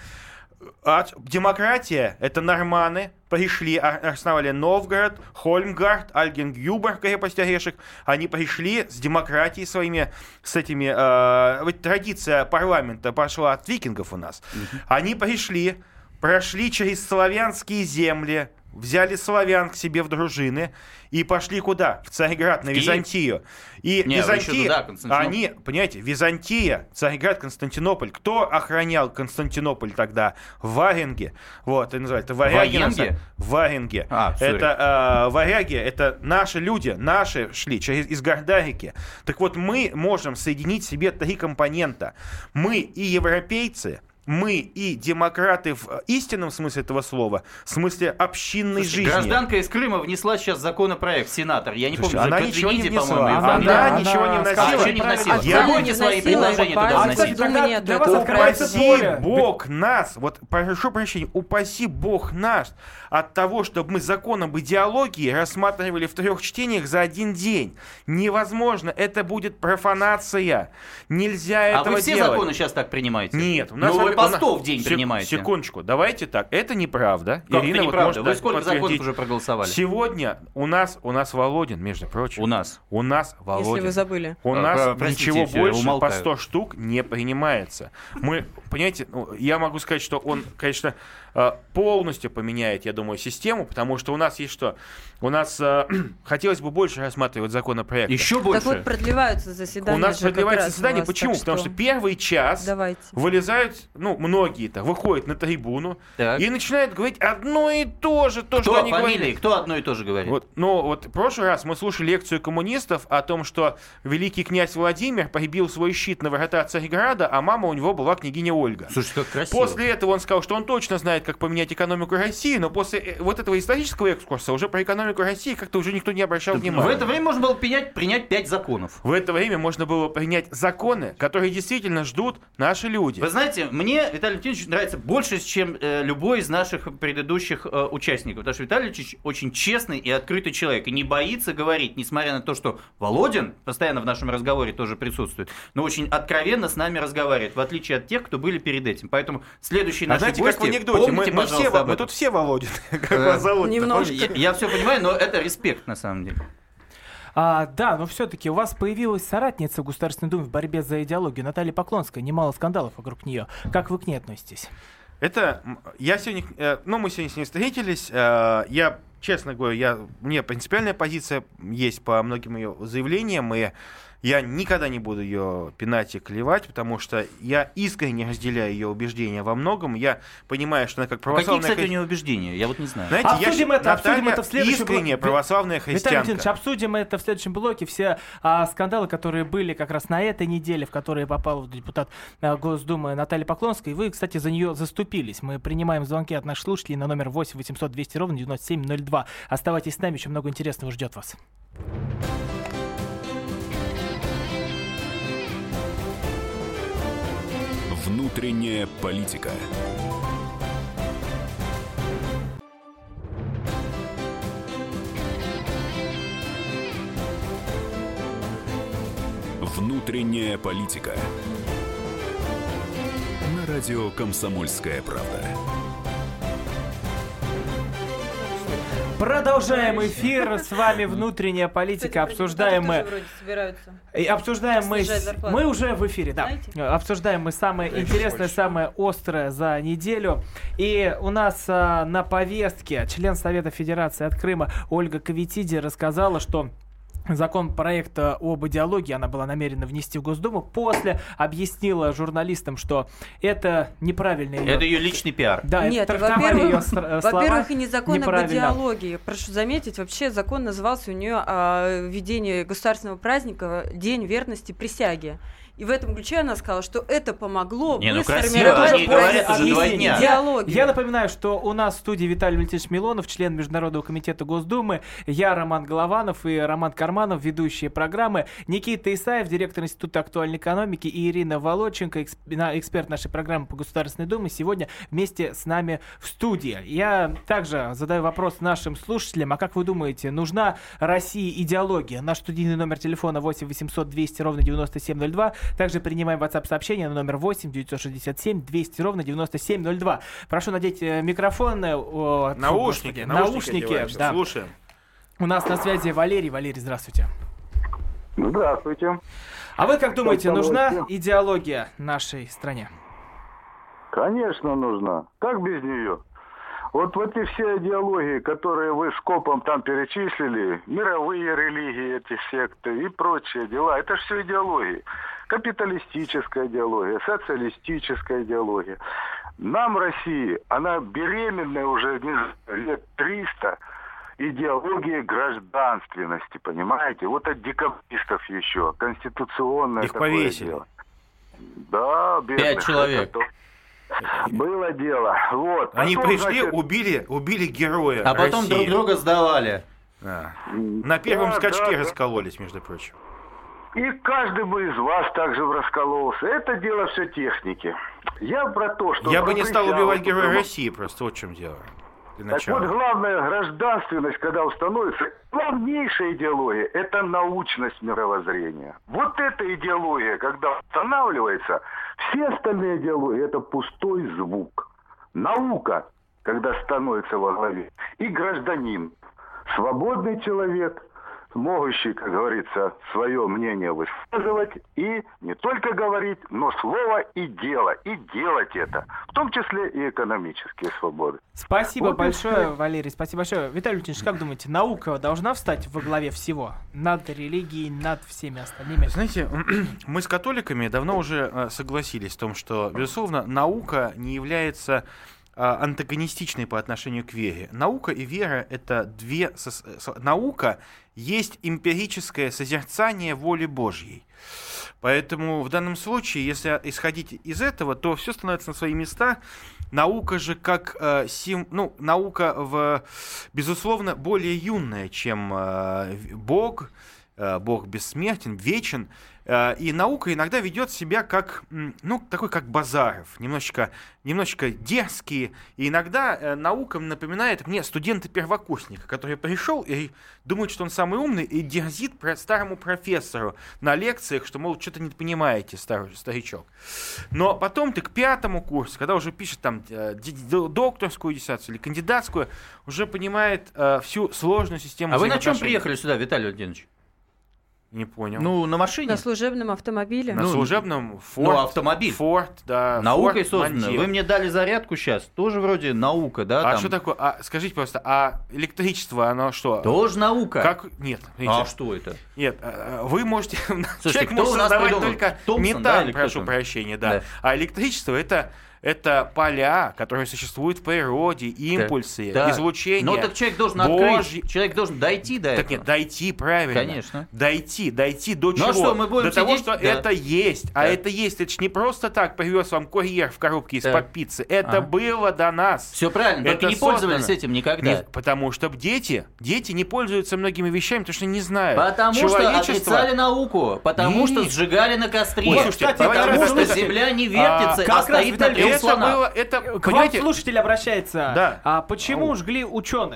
От- демократия это норманы, пришли, а- основали Новгород, Хольмгард, Альгенгюбер, крепость Орешек. Они пришли с демократией своими, с этими... э, ведь традиция парламента пошла от викингов у нас. Они пришли, прошли через славянские земли, взяли славян к себе в дружины и пошли куда? В Царьград, на Киев? Византию. И Не, вы еще Византия, туда, Константинополь. они, понимаете, Византия, Царьград, Константинополь. Кто охранял Константинополь тогда? Варяги. Вот, это называется. Варяги. Военги? Варяги. А, sorry. это э, варяги, это наши люди, наши шли через, из Гордарики. Так вот, мы можем соединить в себе три компонента. Мы и европейцы, мы и демократы в истинном смысле этого слова, в смысле общинной Слушайте, жизни. гражданка из Крыма внесла сейчас законопроект, сенатор. Я не Слушайте, помню, она за ничего не Катвиниди, внесла. по-моему, Она, и фамилия. она ничего не сказала, вносила. А, что не вносила? Я Официально Будете не свои вносила, предложения его туда партия, вносить. Думы Тогда нет, для это вас открывается Упаси поле. Бог нас, вот прошу прощения, упаси Бог нас от того, чтобы мы закон об идеологии рассматривали в трех чтениях за один день. Невозможно, это будет профанация. Нельзя А этого вы все делать. законы сейчас так принимаете? Нет, у нас... Ну, вы у по нас- сто в день Сек- принимаете. Секундочку, давайте так, это неправда. Как Ирина это вот неправда? может Вы так сколько законов подтвердить. уже проголосовали? Сегодня у нас, у нас Володин, между прочим. У нас. У нас Володин. Если вы забыли. У А, нас про- простите, ничего всё, больше умолкаю. по сто штук не принимается. Мы, понимаете, ну, я могу сказать, что он, конечно, э, полностью поменяет, я думаю, систему, потому что у нас есть что? У нас э, хотелось бы больше рассматривать законопроекты. Еще больше? Так вот, продлеваются заседания. У нас же как продлевается раз у заседание. вас, Почему? так Потому что первый час Давайте. вылезают, ну, многие-то выходят на трибуну Так. и начинают говорить одно и то же, то, Кто что они фамилии? говорили. Кто одно и то же говорит? Вот, ну, вот в прошлый раз мы слушали лекцию коммунистов о том, что великий князь Владимир прибил свой щит на ворота Царьграда, а мама у него была княгиня Ольга. Слушайте, как красиво. После этого он сказал, что он точно знает, как поменять экономику России, но после э, вот этого исторического экскурса уже про экономику России как-то уже никто не обращал внимания. В это время можно было принять, принять пять законов. В это время можно было принять законы, которые действительно ждут наши люди. Вы знаете, мне Виталий Валентинович нравится больше, чем э, любой из наших предыдущих э, участников. Потому что Виталий Валентинович очень честный и открытый человек. И не боится говорить, несмотря на то, что Володин постоянно в нашем разговоре тоже присутствует, но очень откровенно с нами разговаривает, в отличие от тех, кто были перед этим. Поэтому следующие А наши знаете, гости, как в анекдоте, мы, помните, мы, все, пожалуйста, об мы этом. тут все Володин. Как Э, вас зовут? немножко. Я, я все понимаю, но это респект на самом деле. А, да, но все-таки у вас появилась соратница в Государственной Думе в борьбе за идеологию, Наталья Поклонская. Немало скандалов вокруг нее. Как вы к ней относитесь? Это, м, я сегодня, э, ну, мы сегодня с ней встретились, э, я, честно говоря, я, у меня принципиальная позиция есть по многим ее заявлениям, и я никогда не буду ее пинать и клевать, потому что я искренне разделяю ее убеждения во многом, я понимаю, что она как Какие, православная... кстати, у хри- нее убеждения? Я вот не знаю. Знаете, я Обсудим считаю, это, обсудим Наталья это в следующем искренняя блоке. православная Виталий Валентинович, христианка. обсудим это в следующем блоке. Все а, скандалы, которые были как раз на этой неделе, в которые попал депутат а, Госдумы Наталья Поклонская. И вы, кстати, за нее заступились. Мы принимаем звонки от наших слушателей на номер восемь восемьсот двести ровно девяносто семь ноль два. Оставайтесь с нами, еще много интересного ждет вас. Внутренняя политика. Внутренняя политика. На радио «Комсомольская правда». Продолжаем эфир. С вами внутренняя политика. Кстати, обсуждаем мы. вроде собираются. И обсуждаем мы. снижать зарплату. Мы уже в эфире, да. Знаете? Обсуждаем мы самое интересное, самое острое за неделю. И у нас а, на повестке член Совета Федерации от Крыма Ольга Кавитиди рассказала, что законопроект об идеологии она была намерена внести в Госдуму. После объяснила журналистам, что это неправильно. Ее... Это ее личный пиар. Да, Нет, трактовали ее во-первых, с- слова во-первых, и не закон об неправильно. идеологии. Прошу заметить, вообще закон назывался у нее о введении государственного праздника День верности присяге. И в этом ключе она сказала, что это помогло Не, ну бы красиво, сформировать они говорят уже два объяснение. дня. идеологию. Я напоминаю, что у нас в студии Виталий Валентинович Милонов, член Международного комитета Госдумы, я, Роман Голованов и Роман Карманов, ведущие программы, Никита Исаев, директор Института актуальной экономики, и Ирина Володченко, эксп- эксперт нашей программы по Государственной Думе, сегодня вместе с нами в студии. Я также задаю вопрос нашим слушателям, а как вы думаете, нужна России идеология? Наш студийный номер телефона восемь восемьсот двести ровно девяносто семь ноль два. Также принимаем WhatsApp-сообщение на номер восемь девятьсот шестьдесят семь двести ровно девяносто семь ноль два. Прошу надеть э, микрофон. э, о, фу, Наушники, господи, наушники, одеваемся, да. слушаем. У нас на связи Валерий. Валерий, здравствуйте. Здравствуйте. А вы как думаете, нужна Здравствуйте. идеология нашей стране? Конечно, нужна. Как без нее? Вот в эти все идеологии, которые вы скопом там перечислили, мировые религии, эти секты и прочие дела, это же все идеологии. Капиталистическая идеология, социалистическая идеология. Нам, России, она беременная уже не знаю, лет триста, идеологии гражданственности, понимаете? Вот от декабристов еще, конституционное Их такое повесили. дело. Да, бедных. Пять человек. Это было дело. Вот. Они Потом, пришли, значит, убили, убили героя А потом России. друг друга сдавали. Да. На первом да, скачке да, раскололись, между прочим. И каждый бы из вас также бы раскололся. Это дело все техники. Я про то, что... Я бы про не стал присягу, убивать героя потому- России, просто вот в чем дело. Для Так начала. вот, главная гражданственность, когда установится, главнейшая идеология – это научность мировоззрения. Вот эта идеология, когда устанавливается, все остальные идеологии – это пустой звук. Наука, когда становится во главе, и гражданин, свободный человек, могущий, как говорится, свое мнение высказывать и не только говорить, но слово и дело, и делать это, в том числе и экономические свободы. Спасибо Вот и большое, всё. Валерий, спасибо большое. Виталий Валентинович, как думаете, наука должна встать во главе всего? Над религией, над всеми остальными? Знаете, мы с католиками давно уже э, согласились в том, что, безусловно, наука не является э, антагонистичной по отношению к вере. Наука и вера — это две... сос- со- Наука есть эмпирическое созерцание воли Божьей. Поэтому в данном случае, если исходить из этого, то все становится на свои места. Наука же как э, сим, ну, наука в, безусловно, более юная, чем э, Бог. Э, Бог бессмертен, вечен. Э, и наука иногда ведет себя как, м, ну, такой как Базаров, немножечко, немножечко дерзкий. И иногда э, наука напоминает мне студента-первокурсника, который пришел и думает, что он самый умный, и дерзит про старому профессору на лекциях, что, мол, что-то не понимаете, старый, старичок. Но потом ты к пятому курсу, когда уже пишет там э, д- д- докторскую диссертацию или кандидатскую, уже понимает э, всю сложную систему А вы на чем взаимоотношений. приехали сюда, Виталий Владимирович? Не понял. Ну, на машине. На служебном автомобиле. На ну, служебном Ford. ну, автомобиль. Ford, да. Наукой Ford создано. Mondeo. Вы мне дали зарядку сейчас. Тоже вроде наука, да? А там? что такое? А скажите просто, а электричество, оно что? Тоже наука. Как? Нет, А видите, что это? нет, а, вы можете, человек кто может у нас создавать придумал? только Томпсон, метан, да, или кто прошу там? прощения, да. Да. А электричество это это поля, которые существуют в природе, импульсы, Да. излучение. Но так человек должен Божьи- открыть, человек должен дойти до Так этого. нет, дойти правильно. Конечно. Дойти, дойти до Ну, чего? а что, мы будем до того, сидеть? что Да. это есть. А Да. это есть. Это ж не просто так привез вам курьер в коробке из-под Да. пиццы. Это Ага. было до нас. Все правильно, только Это не пользовались создано. этим никогда. Нет, потому что дети, дети не пользуются многими вещами, потому что не знают. Потому что Человечество- отрицали науку, потому Нет. что сжигали на костре, Ой, слушайте, кстати, давайте потому как что раз- земля не А, вертится, как а раз, стоит на Виталий, трех Это слонах. было, это, К понимаете, вам слушатель обращается. Да. А почему жгли ученых?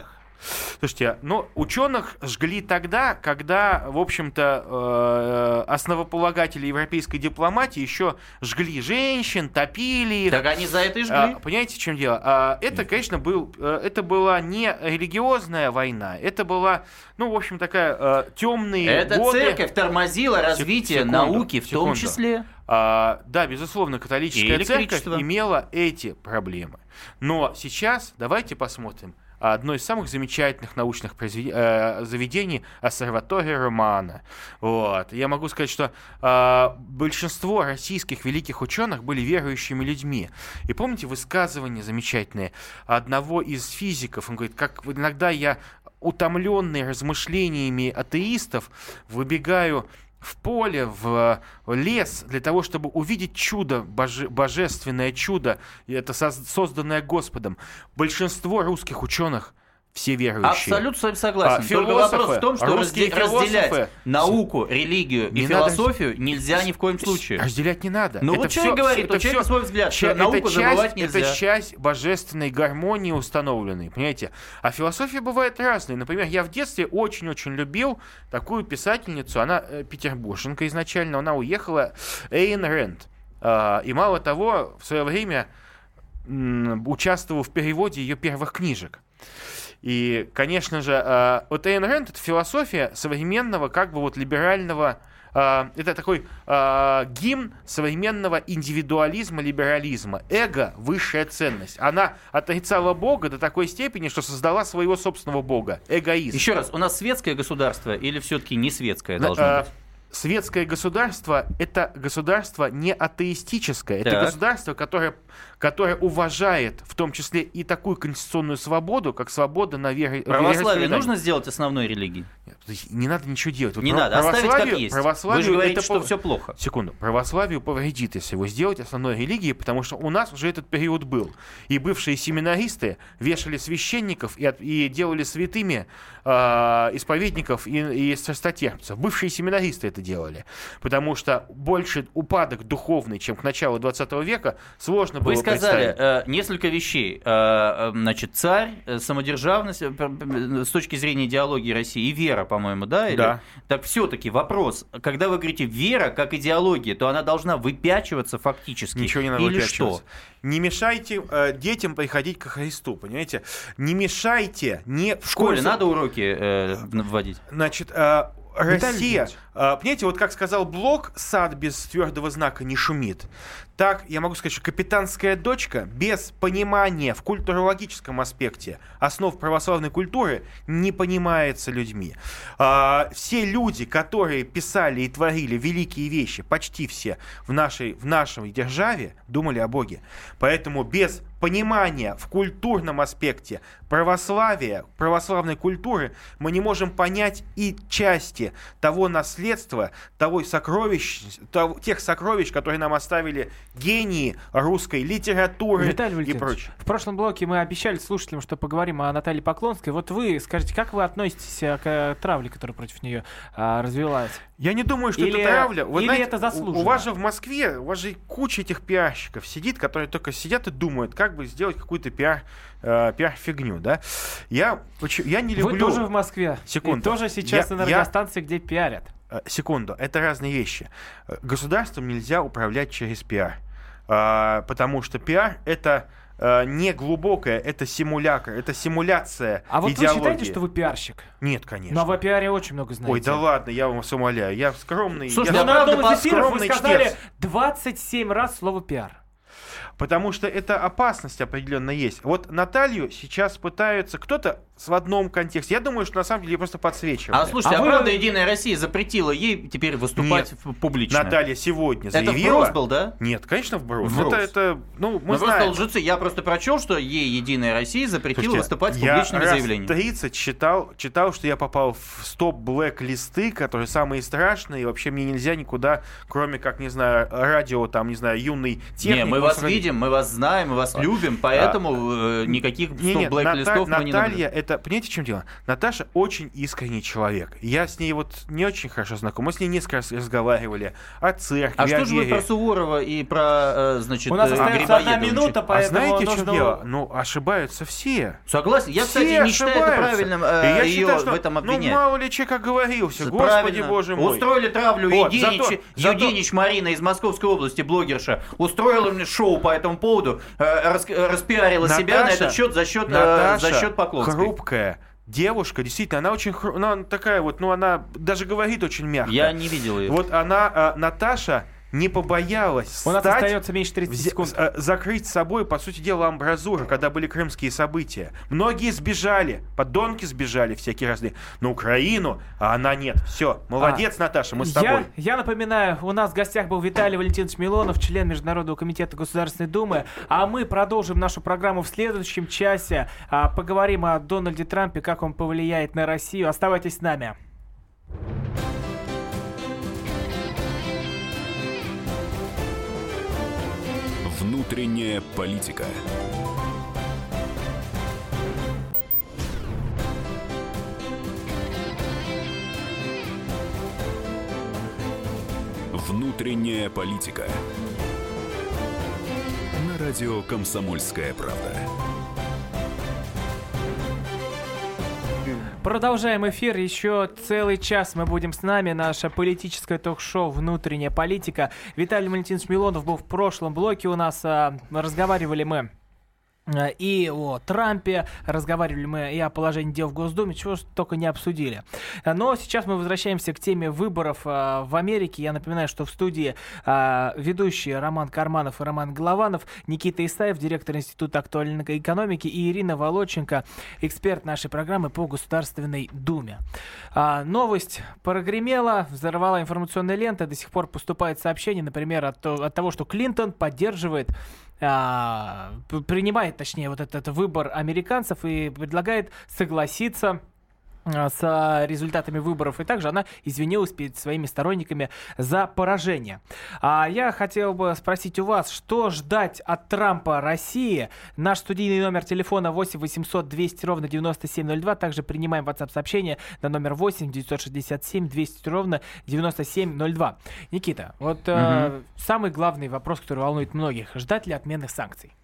Слушайте, ну, ученых жгли тогда, когда, в общем-то, э, основополагатели европейской дипломатии еще жгли женщин, топили их. Так они за это и жгли. А, понимаете, в чем дело? А, это, конечно, был, это была не религиозная война, это была, ну, в общем, такая э, темные Эта годы. церковь тормозила развитие Секунду, науки в секунду. том числе. А, да, безусловно, католическая И церковь имела эти проблемы. Но сейчас давайте посмотрим одно из самых замечательных научных произвед... э, заведений Осерватория Романа. Вот. Я могу сказать, что э, большинство российских великих ученых были верующими людьми. И помните высказывание замечательное одного из физиков? Он говорит, как иногда я, утомленный размышлениями атеистов, выбегаю в поле, в лес, для того, чтобы увидеть чудо, боже, божественное чудо, это созданное Господом. Большинство русских ученых все верующие. Абсолютно с вами согласен. А, Только вопрос в том, что разде- разделять науку, религию не и философию надо... нельзя ни в коем случае. Разделять не надо. Ну это вот все, человек говорит, это у человека все, свой взгляд, что это науку часть, забывать нельзя. Это часть божественной гармонии установленной, понимаете? А философия бывает разной. Например, я в детстве очень-очень любил такую писательницу, она э, петербурженка изначально, она уехала, Эйн Рэнд. Э, и мало того, в свое время м, участвовал в переводе ее первых книжек. И, конечно же, вот Эйн Рэнд — это философия современного, как бы вот либерального, это такой гимн современного индивидуализма, либерализма. Эго — высшая ценность. Она отрицала Бога до такой степени, что создала своего собственного Бога. Эгоизм. Еще раз, у нас светское государство или все-таки не светское должно быть? Светское государство — это государство не атеистическое. Так. Это государство, которое, которое уважает в том числе и такую конституционную свободу, как свобода на вере. Православие нужно сделать основной религией? Нет, не надо ничего делать. Вот не про- надо, оставить как есть. Вы же говорите, это что пов... все плохо. Секунду. Православию повредит, если его сделать основной религией, потому что у нас уже этот период был. И бывшие семинаристы вешали священников и, от... и делали святыми э, исповедников и, и страстотерпцев. Бывшие семинаристы это делали. Потому что больше упадок духовный, чем к началу двадцатого века, сложно было Вы сказали представить. э, несколько вещей. Э, значит, царь, э, самодержавность э, с точки зрения идеологии России и вера, по-моему, да? Или... Да. Так все-таки вопрос. Когда вы говорите вера как идеология, то она должна выпячиваться фактически. Ничего не надо Или выпячиваться. что? Не мешайте э, детям приходить к Христу, понимаете? Не мешайте, не... В школе надо уроки э, вводить? Значит, э, Россия, э, понимаете, вот как сказал Блок, сад без твердого знака не шумит. Так, я могу сказать, что капитанская дочка без понимания в культурологическом аспекте основ православной культуры не понимается людьми. Э, все люди, которые писали и творили великие вещи, почти все в нашей, в нашей державе, думали о Боге. Поэтому без понимания в культурном аспекте православия, православной культуры мы не можем понять и части того наследства, того сокровищ, того, тех сокровищ, которые нам оставили гении русской литературы Виталий и прочее. В прошлом блоке мы обещали слушателям, что поговорим о Наталье Поклонской. Вот вы скажите, как вы относитесь к травле, которая против нее а, развилась? Я не думаю, что или, это травля. Вы или знаете, это заслуженно? У, у вас же в Москве, у вас же куча этих пиарщиков сидит, которые только сидят и думают, как бы сделать какую-то пиар, э, пиар-фигню, да? Я, я не люблю... Вы тоже в Москве. Секунду. И тоже сейчас я, на радиостанции, я... где пиарят. Секунду. Это разные вещи. Государством нельзя управлять через пиар. А, потому что пиар — это а, не глубокое, это симулякр, это симуляция а вот идеологии. вы считаете, что вы пиарщик? Нет, конечно. Но вы о пиаре очень много знаете. Ой, да ладно, я вас умоляю. Я скромный. Слушай, я ну, на одном из эфиров вы скромный сказали чтец. двадцать семь раз слово пиар. Потому что это опасность определенно есть. Вот Наталью сейчас пытаются кто-то в одном контексте. Я думаю, что на самом деле просто подсвечивают. А слушайте, А а, вы- правда Единая Россия запретила ей теперь выступать в- публично? Наталья сегодня Это заявила... вброс был, да? Нет, конечно, вброс. Вброс. Это, это, ну, мы Мы знаем. просто лжецы. Я просто прочел, что ей Единая Россия запретила Слушайте, выступать с я публичными раз заявлениями. тридцать читал, читал, что я попал в стоп-блэк-листы, которые самые страшные, и вообще мне нельзя никуда, кроме как, не знаю, радио, там, не знаю, юный техник. Не, мы вас посмотреть. видим, мы вас знаем, мы вас любим, поэтому э, никаких Не, не, стоп-блэк-листов Ната- мы не Наталья наблюдаем. это это, понимаете, в чем дело? Наташа очень искренний человек. Я с ней вот не очень хорошо знаком. Мы с ней несколько раз разговаривали о церкви, А о что же вы вере. про Суворова и про, значит, У нас остается одна Грибоедова? минута, А поэтому знаете, в чем нужно... дело? Ну, ошибаются все. Согласен. Я, Все кстати, не считаю это ошибаются. правильным И э, я ее считаю, что, в этом обвинять. ну, мало ли человек оговорился. Господи, Правильно. боже мой. Устроили травлю Вот, Юденич, зато- зато- Юденич Марина из Московской области, блогерша, устроила мне шоу по этому поводу, э, рас, распиарила Наташа, себя на этот счет за счет, э, Наташа за счет Поклонской. хрупкая девушка, действительно, она очень хру... ну, она такая вот, ну, она даже говорит очень мягко. Я не видел ее. Вот она, э, Наташа, не побоялась У нас стать, остается меньше тридцати взе- секунд. э, закрыть с собой, по сути дела, амбразуру, когда были крымские события. Многие сбежали, подонки сбежали всякие разные, на Украину, а она нет. Все, молодец, а, Наташа, мы с тобой. Я, я напоминаю, у нас в гостях был Виталий Валентинович Милонов, член Международного комитета Государственной Думы, а мы продолжим нашу программу в следующем часе. А, поговорим о Дональде Трампе, как он повлияет на Россию. Оставайтесь с нами. Внутренняя политика. Внутренняя политика. На радио «Комсомольская правда». Продолжаем эфир. Еще целый час мы будем с нами. Наше политическое ток-шоу «Внутренняя политика». Виталий Валентинович Милонов был в прошлом блоке у нас. Разговаривали мы и о Трампе, разговаривали мы и о положении дел в Госдуме, чего только не обсудили. Но сейчас мы возвращаемся к теме выборов в Америке. Я напоминаю, что в студии ведущие Роман Карманов и Роман Голованов, Никита Исаев, директор Института актуальной экономики, и Ирина Володченко, эксперт нашей программы по Государственной Думе. Новость прогремела, взорвала информационная лента, до сих пор поступает сообщение, например, от, от того, что Клинтон поддерживает принимает, точнее, вот этот, этот выбор американцев и предлагает согласиться с результатами выборов. И также она извинилась перед своими сторонниками за поражение. А я хотел бы спросить у вас, что ждать от Трампа России? Наш студийный номер телефона восемь восемьсот двести ровно девяносто семь ноль два. Также принимаем WhatsApp-сообщение на номер восемь девятьсот шестьдесят семь двести ровно девяносто семь ноль два. Никита, вот угу. э, самый главный вопрос, который волнует многих. Ждать ли отмены санкций?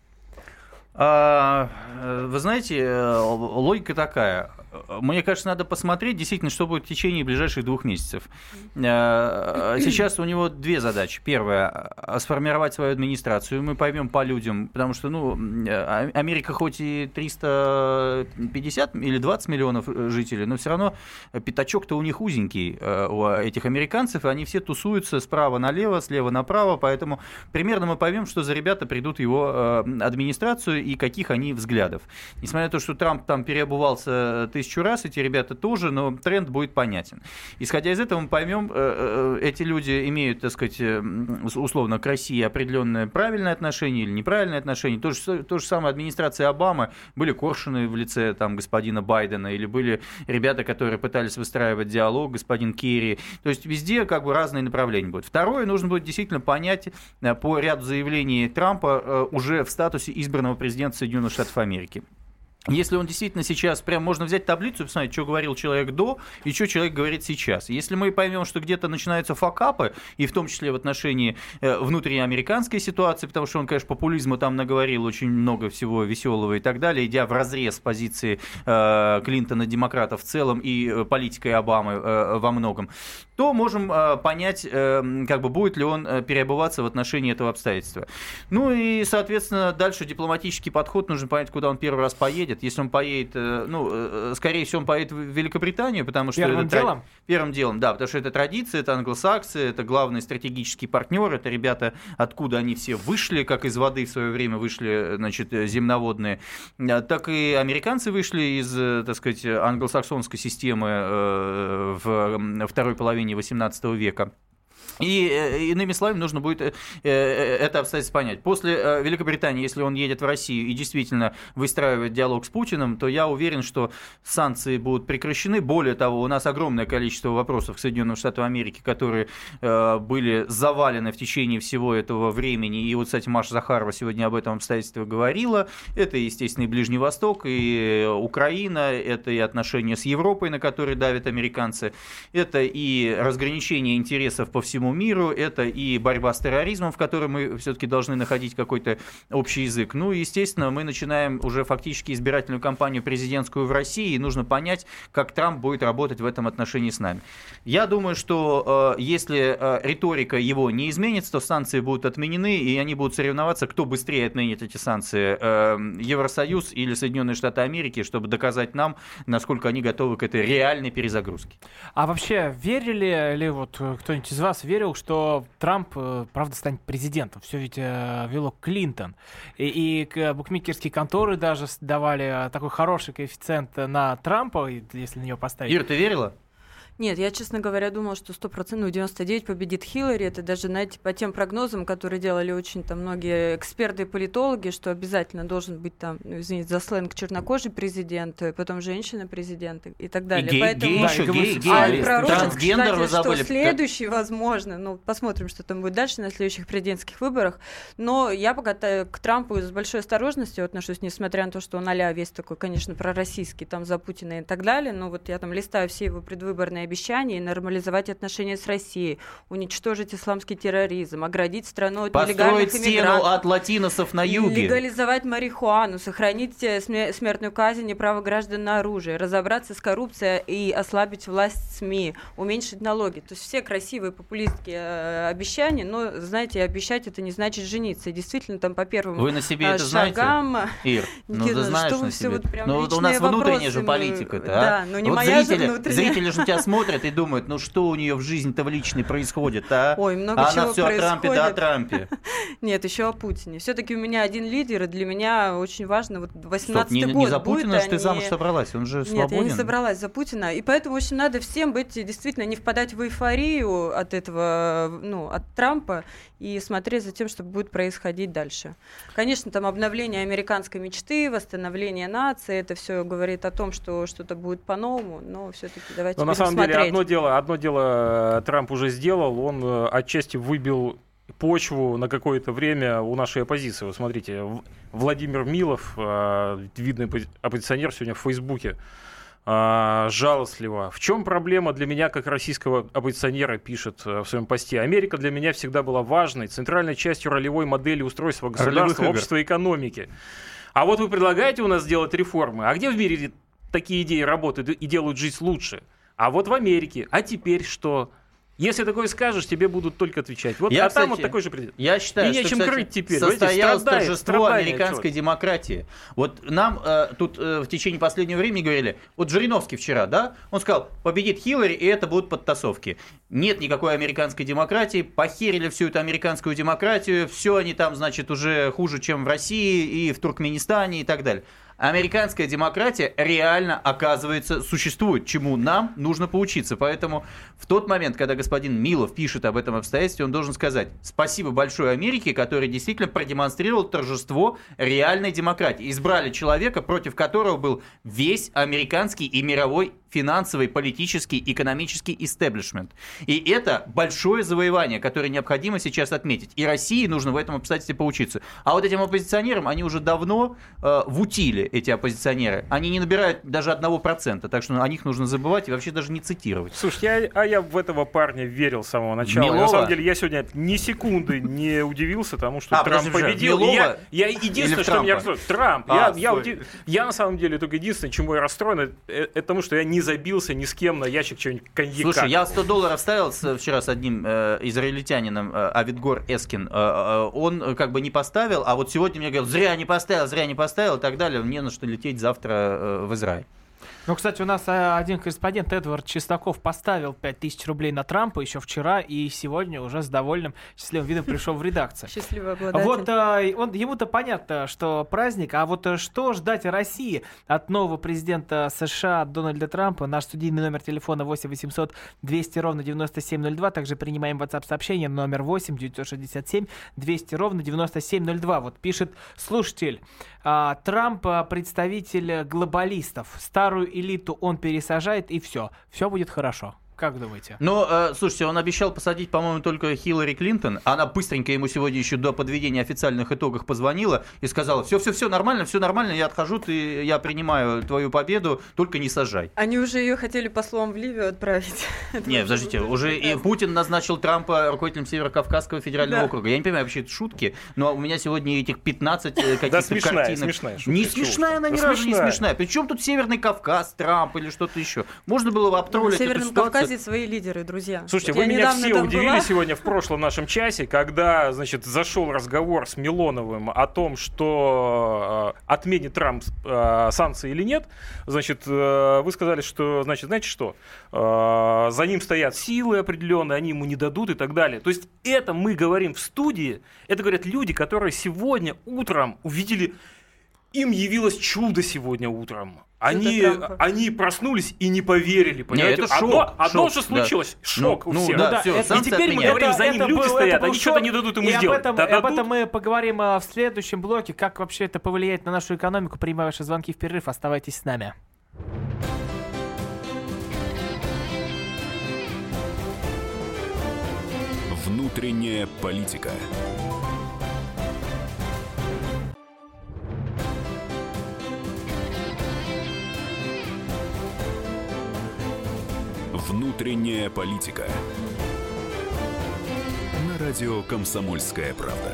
А, вы знаете, логика такая. Мне кажется, надо посмотреть действительно, что будет в течение ближайших двух месяцев. Сейчас у него две задачи. Первая – сформировать свою администрацию. Мы поймем по людям, потому что, ну, Америка хоть и триста пятьдесят или двадцать миллионов жителей, но все равно пятачок-то у них узенький, у этих американцев, и они все тусуются справа налево, слева направо, поэтому примерно мы поймем, что за ребята придут его администрацию и каких они взглядов. Несмотря на то, что Трамп там переобувался тысячу раз, эти ребята тоже, но тренд будет понятен. Исходя из этого, мы поймем, эти люди имеют, так сказать, условно, к России определенное правильное отношение или неправильное отношение. То же, то же самое администрации Обамы. Были Коршуны в лице там, господина Байдена, или были ребята, которые пытались выстраивать диалог, господин Керри. То есть везде как бы разные направления будут. Второе, нужно будет действительно понять по ряду заявлений Трампа уже в статусе избранного президента Соединенных Штатов Америки. Если он действительно сейчас, прям можно взять таблицу и посмотреть, что говорил человек до и что человек говорит сейчас. Если мы поймем, что где-то начинаются факапы, и в том числе в отношении э, внутриамериканской ситуации, потому что он, конечно, популизма там наговорил очень много всего веселого и так далее, идя вразрез с позиции э, Клинтона, демократов в целом и э, политикой Обамы э, во многом, то можем э, понять, э, как бы будет ли он э, переобуваться в отношении этого обстоятельства. Ну и, соответственно, дальше дипломатический подход, нужно понять, куда он первый раз поедет. Если он поедет, ну, скорее всего, он поедет в Великобританию, потому что... Первым это делом? Тради... Первым делом, да, потому что это традиция, это англосаксы, это главный стратегический партнер, это ребята, откуда они все вышли, как из воды в свое время вышли, значит, земноводные, так и американцы вышли из, так сказать, англосаксонской системы в второй половине восемнадцатого века. И э, иными словами, нужно будет э, э, это обстоятельство понять. После э, Великобритании, если он едет в Россию и действительно выстраивает диалог с Путиным, то я уверен, что санкции будут прекращены. Более того, у нас огромное количество вопросов к Соединенным Штатам Америки, которые э, были завалены в течение всего этого времени. И вот, кстати, Маша Захарова сегодня об этом обстоятельстве говорила. Это, естественно, и Ближний Восток, и Украина, это и отношения с Европой, на которые давят американцы, это и разграничение интересов по всему миру, это и борьба с терроризмом, в которой мы все-таки должны находить какой-то общий язык. Ну и, естественно, мы начинаем уже фактически избирательную кампанию президентскую в России, и нужно понять, как Трамп будет работать в этом отношении с нами. Я думаю, что э, если э, риторика его не изменится, то санкции будут отменены, и они будут соревноваться, кто быстрее отменит эти санкции, э, Евросоюз или Соединенные Штаты Америки, чтобы доказать нам, насколько они готовы к этой реальной перезагрузке. А вообще, верили ли вот кто-нибудь из вас верил, что Трамп, правда, станет президентом? Все ведь э, вело Клинтон. И, и букмекерские конторы даже давали такой хороший коэффициент на Трампа, если на него поставить. Ир, ты верила? Нет, я, честно говоря, думала, что сто процентов, ну, девяносто девять победит Хиллари. Это даже, знаете, по тем прогнозам, которые делали очень там многие эксперты и политологи, что обязательно должен быть там, ну, извините за сленг, чернокожий президент, потом женщина-президент и так далее. И гей, Поэтому... гей еще, гей, гей, А гей, трансгендер, кстати, вы забыли. Что следующий, возможно, ну, посмотрим, что там будет дальше на следующих президентских выборах. Но я пока к Трампу с большой осторожностью отношусь, несмотря на то, что он а-ля весь такой, конечно, пророссийский, там за Путина и так далее. Но вот я там листаю все его предвыборные обещания, и нормализовать отношения с Россией, уничтожить исламский терроризм, оградить страну от нелегальных иммигрантов. Построить стену от латиносов на юге. Легализовать марихуану, сохранить смертную казнь и право граждан на оружие, разобраться с коррупцией и ослабить власть СМИ, уменьшить налоги. То есть все красивые популистские обещания, но, знаете, обещать это не значит жениться. И действительно, там по первым Вы на себе это шагам... знаете, Ир? Ну, ты знаешь на себе. Вот ну, вот у нас внутренняя же политика-то, да, а? но не вот моя зрители, же внутренняя. Зрители же на тебя смотрят и думают, ну что у нее в жизни-то в личной происходит, а? Ой, много а чего она все происходит. о Трампе, да о Трампе. Нет, еще о Путине. Все-таки у меня один лидер, и для меня очень важно, вот восемнадцатый Стоп, не, год. не за Путина, что ты они... замуж собралась, он же свободен. Нет, я не собралась за Путина, и поэтому, в общем, надо всем быть, действительно, не впадать в эйфорию от этого, ну, от Трампа, и смотреть за тем, что будет происходить дальше. Конечно, там обновление американской мечты, восстановление нации, это все говорит о том, что что-то будет по-новому, но все-таки давайте но будем на самом смотреть. деле одно дело, одно дело Трамп уже сделал, он отчасти выбил почву на какое-то время у нашей оппозиции. Вот смотрите, Владимир Милов, видный оппозиционер, сегодня в Фейсбуке жалостливо. В чем проблема для меня, как российского оппозиционера, пишет в своем посте. Америка для меня всегда была важной, центральной частью ролевой модели устройства государства, общества и экономики. А вот вы предлагаете у нас сделать реформы. А где в мире такие идеи работают и делают жизнь лучше? А вот в Америке. А теперь что? Если такое скажешь, тебе будут только отвечать. Вот, я, а кстати, там вот такой же президент. Я считаю, и что, нечем кстати, крыть теперь. состоялось страдает, торжество страдает, американской черт. демократии. Вот нам э, тут э, в течение последнего времени говорили, вот Жириновский вчера, да, он сказал, победит Хиллари, и это будут подтасовки. Нет никакой американской демократии, похерили всю эту американскую демократию, все они там, значит, уже хуже, чем в России и в Туркменистане и так далее. Американская демократия реально, оказывается, существует, чему нам нужно поучиться. Поэтому в тот момент, когда господин Милов пишет об этом обстоятельстве, он должен сказать спасибо большое Америке, которая действительно продемонстрировала торжество реальной демократии. Избрали человека, против которого был весь американский и мировой финансовый, политический, экономический истеблишмент. И это большое завоевание, которое необходимо сейчас отметить. И России нужно в этом обстоятельстве поучиться. А вот этим оппозиционерам, они уже давно э, в утиле, эти оппозиционеры. Они не набирают даже одного процента, так что о них нужно забывать и вообще даже не цитировать. Слушайте, а, а я в этого парня верил с самого начала. Милова? На самом деле, я сегодня ни секунды не удивился тому, что а, Трамп победил. Милова Я, я единственное, что меня расстроило, Трамп. А, я, я, удив... я на самом деле только единственное, чему я расстроен, это, это тому, что я не забился ни с кем на ящик чего-нибудь коньяка. Слушай, я сто долларов ставил вчера с одним э, израильтянином, э, Авидгор Эскин. Э, э, он как бы не поставил, а вот сегодня мне говорил, зря не поставил, зря не поставил и так далее. Мне на что лететь завтра э, в Израиль. Ну, кстати, у нас один корреспондент, Эдвард Чистаков, поставил пять тысяч рублей на Трампа еще вчера, и сегодня уже с довольным, счастливым видом пришел в редакцию. Счастливый обладатель. Вот он, ему-то понятно, что праздник, а вот что ждать России от нового президента США Дональда Трампа? Наш студийный номер телефона восемь восемьсот двести ровно девяносто семь ноль два. Также принимаем WhatsApp-сообщение номер восемь девятьсот шестьдесят семь двести ровно девяносто семь ноль два. Вот пишет слушатель. Трамп представитель глобалистов. Старую элиту он пересажает, и все. Все будет хорошо. Как думаете? Ну, э, слушайте, он обещал посадить, по-моему, только Хиллари Клинтон. Она быстренько ему сегодня еще до подведения официальных итогов позвонила и сказала: все-все-все нормально, все нормально, я отхожу, ты, я принимаю твою победу, только не сажай. Они уже ее хотели послом в Ливию отправить. Нет, подождите, уже и Путин назначил Трампа руководителем Северо-Кавказского федерального Да. округа. Я не понимаю, вообще это шутки, но у меня сегодня этих пятнадцать каких-то Да, смешная, картинок. смешная шутка. Не Чего смешная уж. она, ни Да разу не смешная. смешная. Причем тут Северный Кавказ, Трамп или что-то еще. Можно было бы В обтроллить эту Северном ситуацию. Кавказе свои лидеры, друзья. Слушайте, Вот вы я меня недавно все там удивили была. сегодня в прошлом нашем часе, когда, значит, зашел разговор с Милоновым о том, что э, отменит Трамп э, санкции или нет. Значит, э, вы сказали, что, значит, знаете что, э, за ним стоят силы определенные, они ему не дадут и так далее. То есть это мы говорим в студии, это говорят люди, которые сегодня утром увидели, им явилось чудо сегодня утром. Они, Трампа. они проснулись и не поверили, понимаете? это шок, Одно, одно шок, же случилось, да. шок Ну, у ну, всех. да, да, всё, это- И санкции теперь мы отменяют. говорим, за ним это люди был- стоят, это был они что-то шок, не дадут ему и об сделать. этом, Да об дадут. этом мы поговорим а, в следующем блоке. Как вообще это повлияет на нашу экономику? Принимаю ваши звонки в перерыв. Оставайтесь с нами. Внутренняя политика. Внутренняя политика. На радио «Комсомольская правда».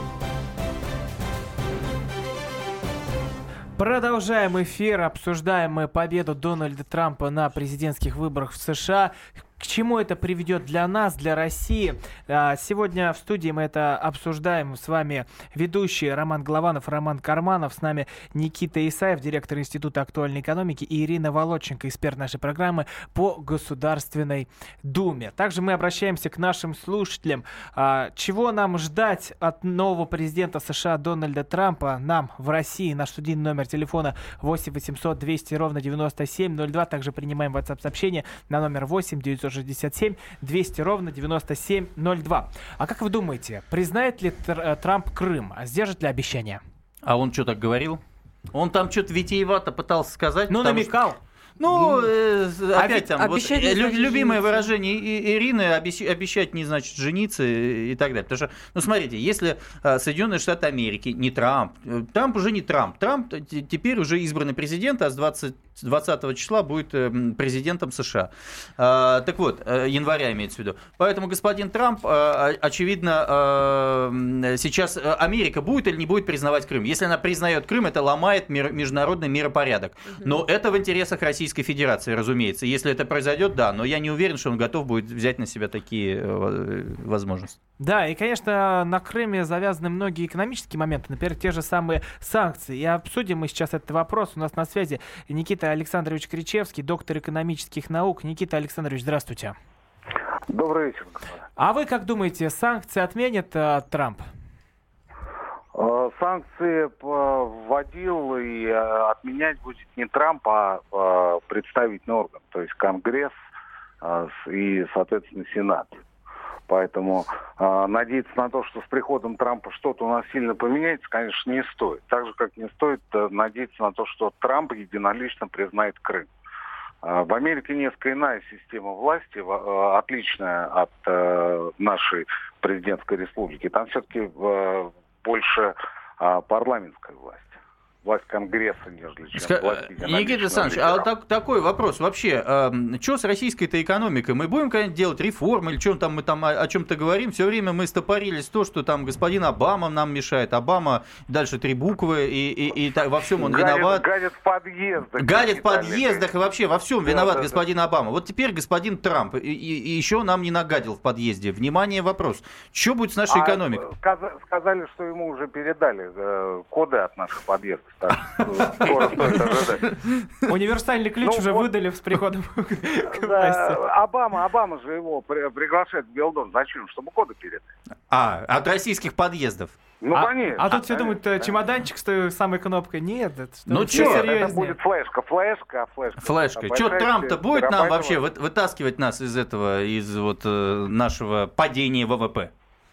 Продолжаем эфир. Обсуждаем мы победу Дональда Трампа на президентских выборах в США. К чему это приведет для нас, для России? Сегодня в студии мы это обсуждаем. С вами ведущие Роман Голованов, Роман Карманов. С нами Никита Исаев, директор Института актуальной экономики, и Ирина Володченко, эксперт нашей программы по Государственной Думе. Также мы обращаемся к нашим слушателям. Чего нам ждать от нового президента США Дональда Трампа? Нам в России. Наш студийный номер телефона восемь восемьсот двести ровно девяносто семь ноль два. Также принимаем WhatsApp-сообщение на номер восемь девятьсот шестьдесят семь двести ровно девяносто семь ноль два. А как вы думаете, признает ли Тр- Трамп Крым? А сдержит ли обещание? А он что так говорил? Он там что-то витиевато пытался сказать. Ну, потому намекал. что- Ну, э, опять ведь там, вот, обещать не э, лю- значит любимое жениться. выражение И- Ирины, обещ- обещать не значит жениться и, и так далее. Потому что, ну, смотрите, если э, Соединенные Штаты Америки, не Трамп, э, Трамп уже не Трамп, Трамп т- теперь уже избранный президент, а с двадцать двадцатого числа будет э, президентом США. Э, так вот, э, января имеется в виду. Поэтому господин Трамп, э, очевидно, э, сейчас Америка будет или не будет признавать Крым. Если она признает Крым, это ломает мир- международный миропорядок. Но это в интересах Российской Федерации, разумеется. Если это произойдет, да, но я не уверен, что он готов будет взять на себя такие э, возможности. Да, и, конечно, на Крыме завязаны многие экономические моменты, например, те же самые санкции. И обсудим мы сейчас этот вопрос. У нас на связи Никита Александрович Кричевский, доктор экономических наук. Никита Александрович, здравствуйте. Добрый вечер, господа. А вы как думаете, санкции отменит э, Трамп? Э, Санкции э, вводил и э, отменять будет не Трамп, а э, представительный орган, то есть Конгресс э, с- и, соответственно, Сенат. Поэтому э, надеяться на то, что с приходом Трампа что-то у нас сильно поменяется, конечно, не стоит. Так же, как не стоит э, надеяться на то, что Трамп единолично признает Крым. Э, В Америке несколько иная система власти, в- э, отличная от э, нашей президентской республики. Там все-таки э, больше э, парламентская власть. Власть Конгресса, нежели чем Ска- власть единоличного Никита Александрович, а лидера. так- такой вопрос. Вообще, э, что с российской-то экономикой? Мы будем, конечно, делать реформы или чем там мы там о, о чем-то говорим? Все время мы стопорились в то, что там господин Обама нам мешает. Обама, дальше три буквы, и, и, и так, во всем он Гадит- виноват. Гадит в подъездах. Гадит в Виталий. подъездах и вообще во всем Да, виноват да, да. господин Обама. Вот теперь господин Трамп и, и- и еще нам не нагадил в подъезде. Внимание, вопрос. Что будет с нашей А экономикой? сказа- сказали, что ему уже передали э, коды от наших подъездов. Так, скоро стоит ожидать. Универсальный ключ Ну, уже вот. выдали с приходом к власти. Да, Обама, Обама же его при- приглашает в Белый дом. Зачем? Чтобы коды передать. А, от российских подъездов. Ну, а, конечно. а тут все конечно, думают, э, конечно. чемоданчик с той самой кнопкой. Нет, это что Ну всё чё, Нет, серьезнее. это будет флешка, флешка, флешка. Флешка. Большая Что, Трамп-то будет нам терабайтовая. вообще вы- вытаскивать нас из этого, из вот э, нашего падения ВВП?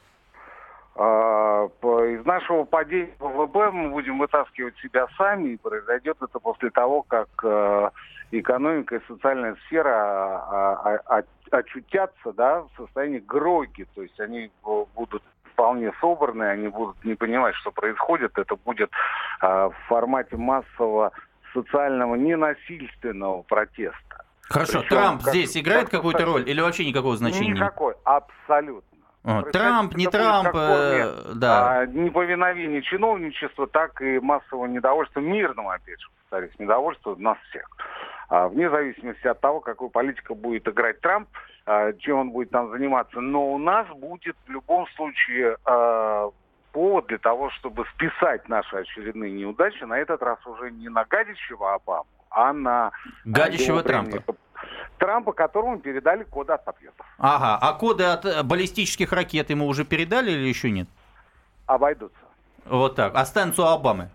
А, по- Из нашего падения ВВП мы будем вытаскивать себя сами, и произойдет это после того, как э, экономика и социальная сфера а, а, а, очутятся, да, в состоянии гроги, то есть они э, будут вполне собраны, они будут не понимать, что происходит, это будет а, в формате массового социального ненасильственного протеста. Хорошо, Причем Трамп как- здесь играет как какую-то социальный- роль или вообще никакого значения? Никакой, абсолютно. О, Происходит Трамп, не это будет Трамп, как в форме, э, да. а, неповиновение чиновничества, так и массового недовольства, мирного, опять же, повторюсь, недовольства нас всех. А, вне зависимости от того, какую политику будет играть Трамп, а, чем он будет там заниматься. Но у нас будет в любом случае а, повод для того, чтобы списать наши очередные неудачи, на этот раз уже не на гадящего Обаму, а на Гадящего его Трампа. преемника. Трампа, которому передали коды от ответов. Ага, а коды от э, баллистических ракет ему уже передали или еще нет? Обойдутся. Вот так. Останутся у Обамы.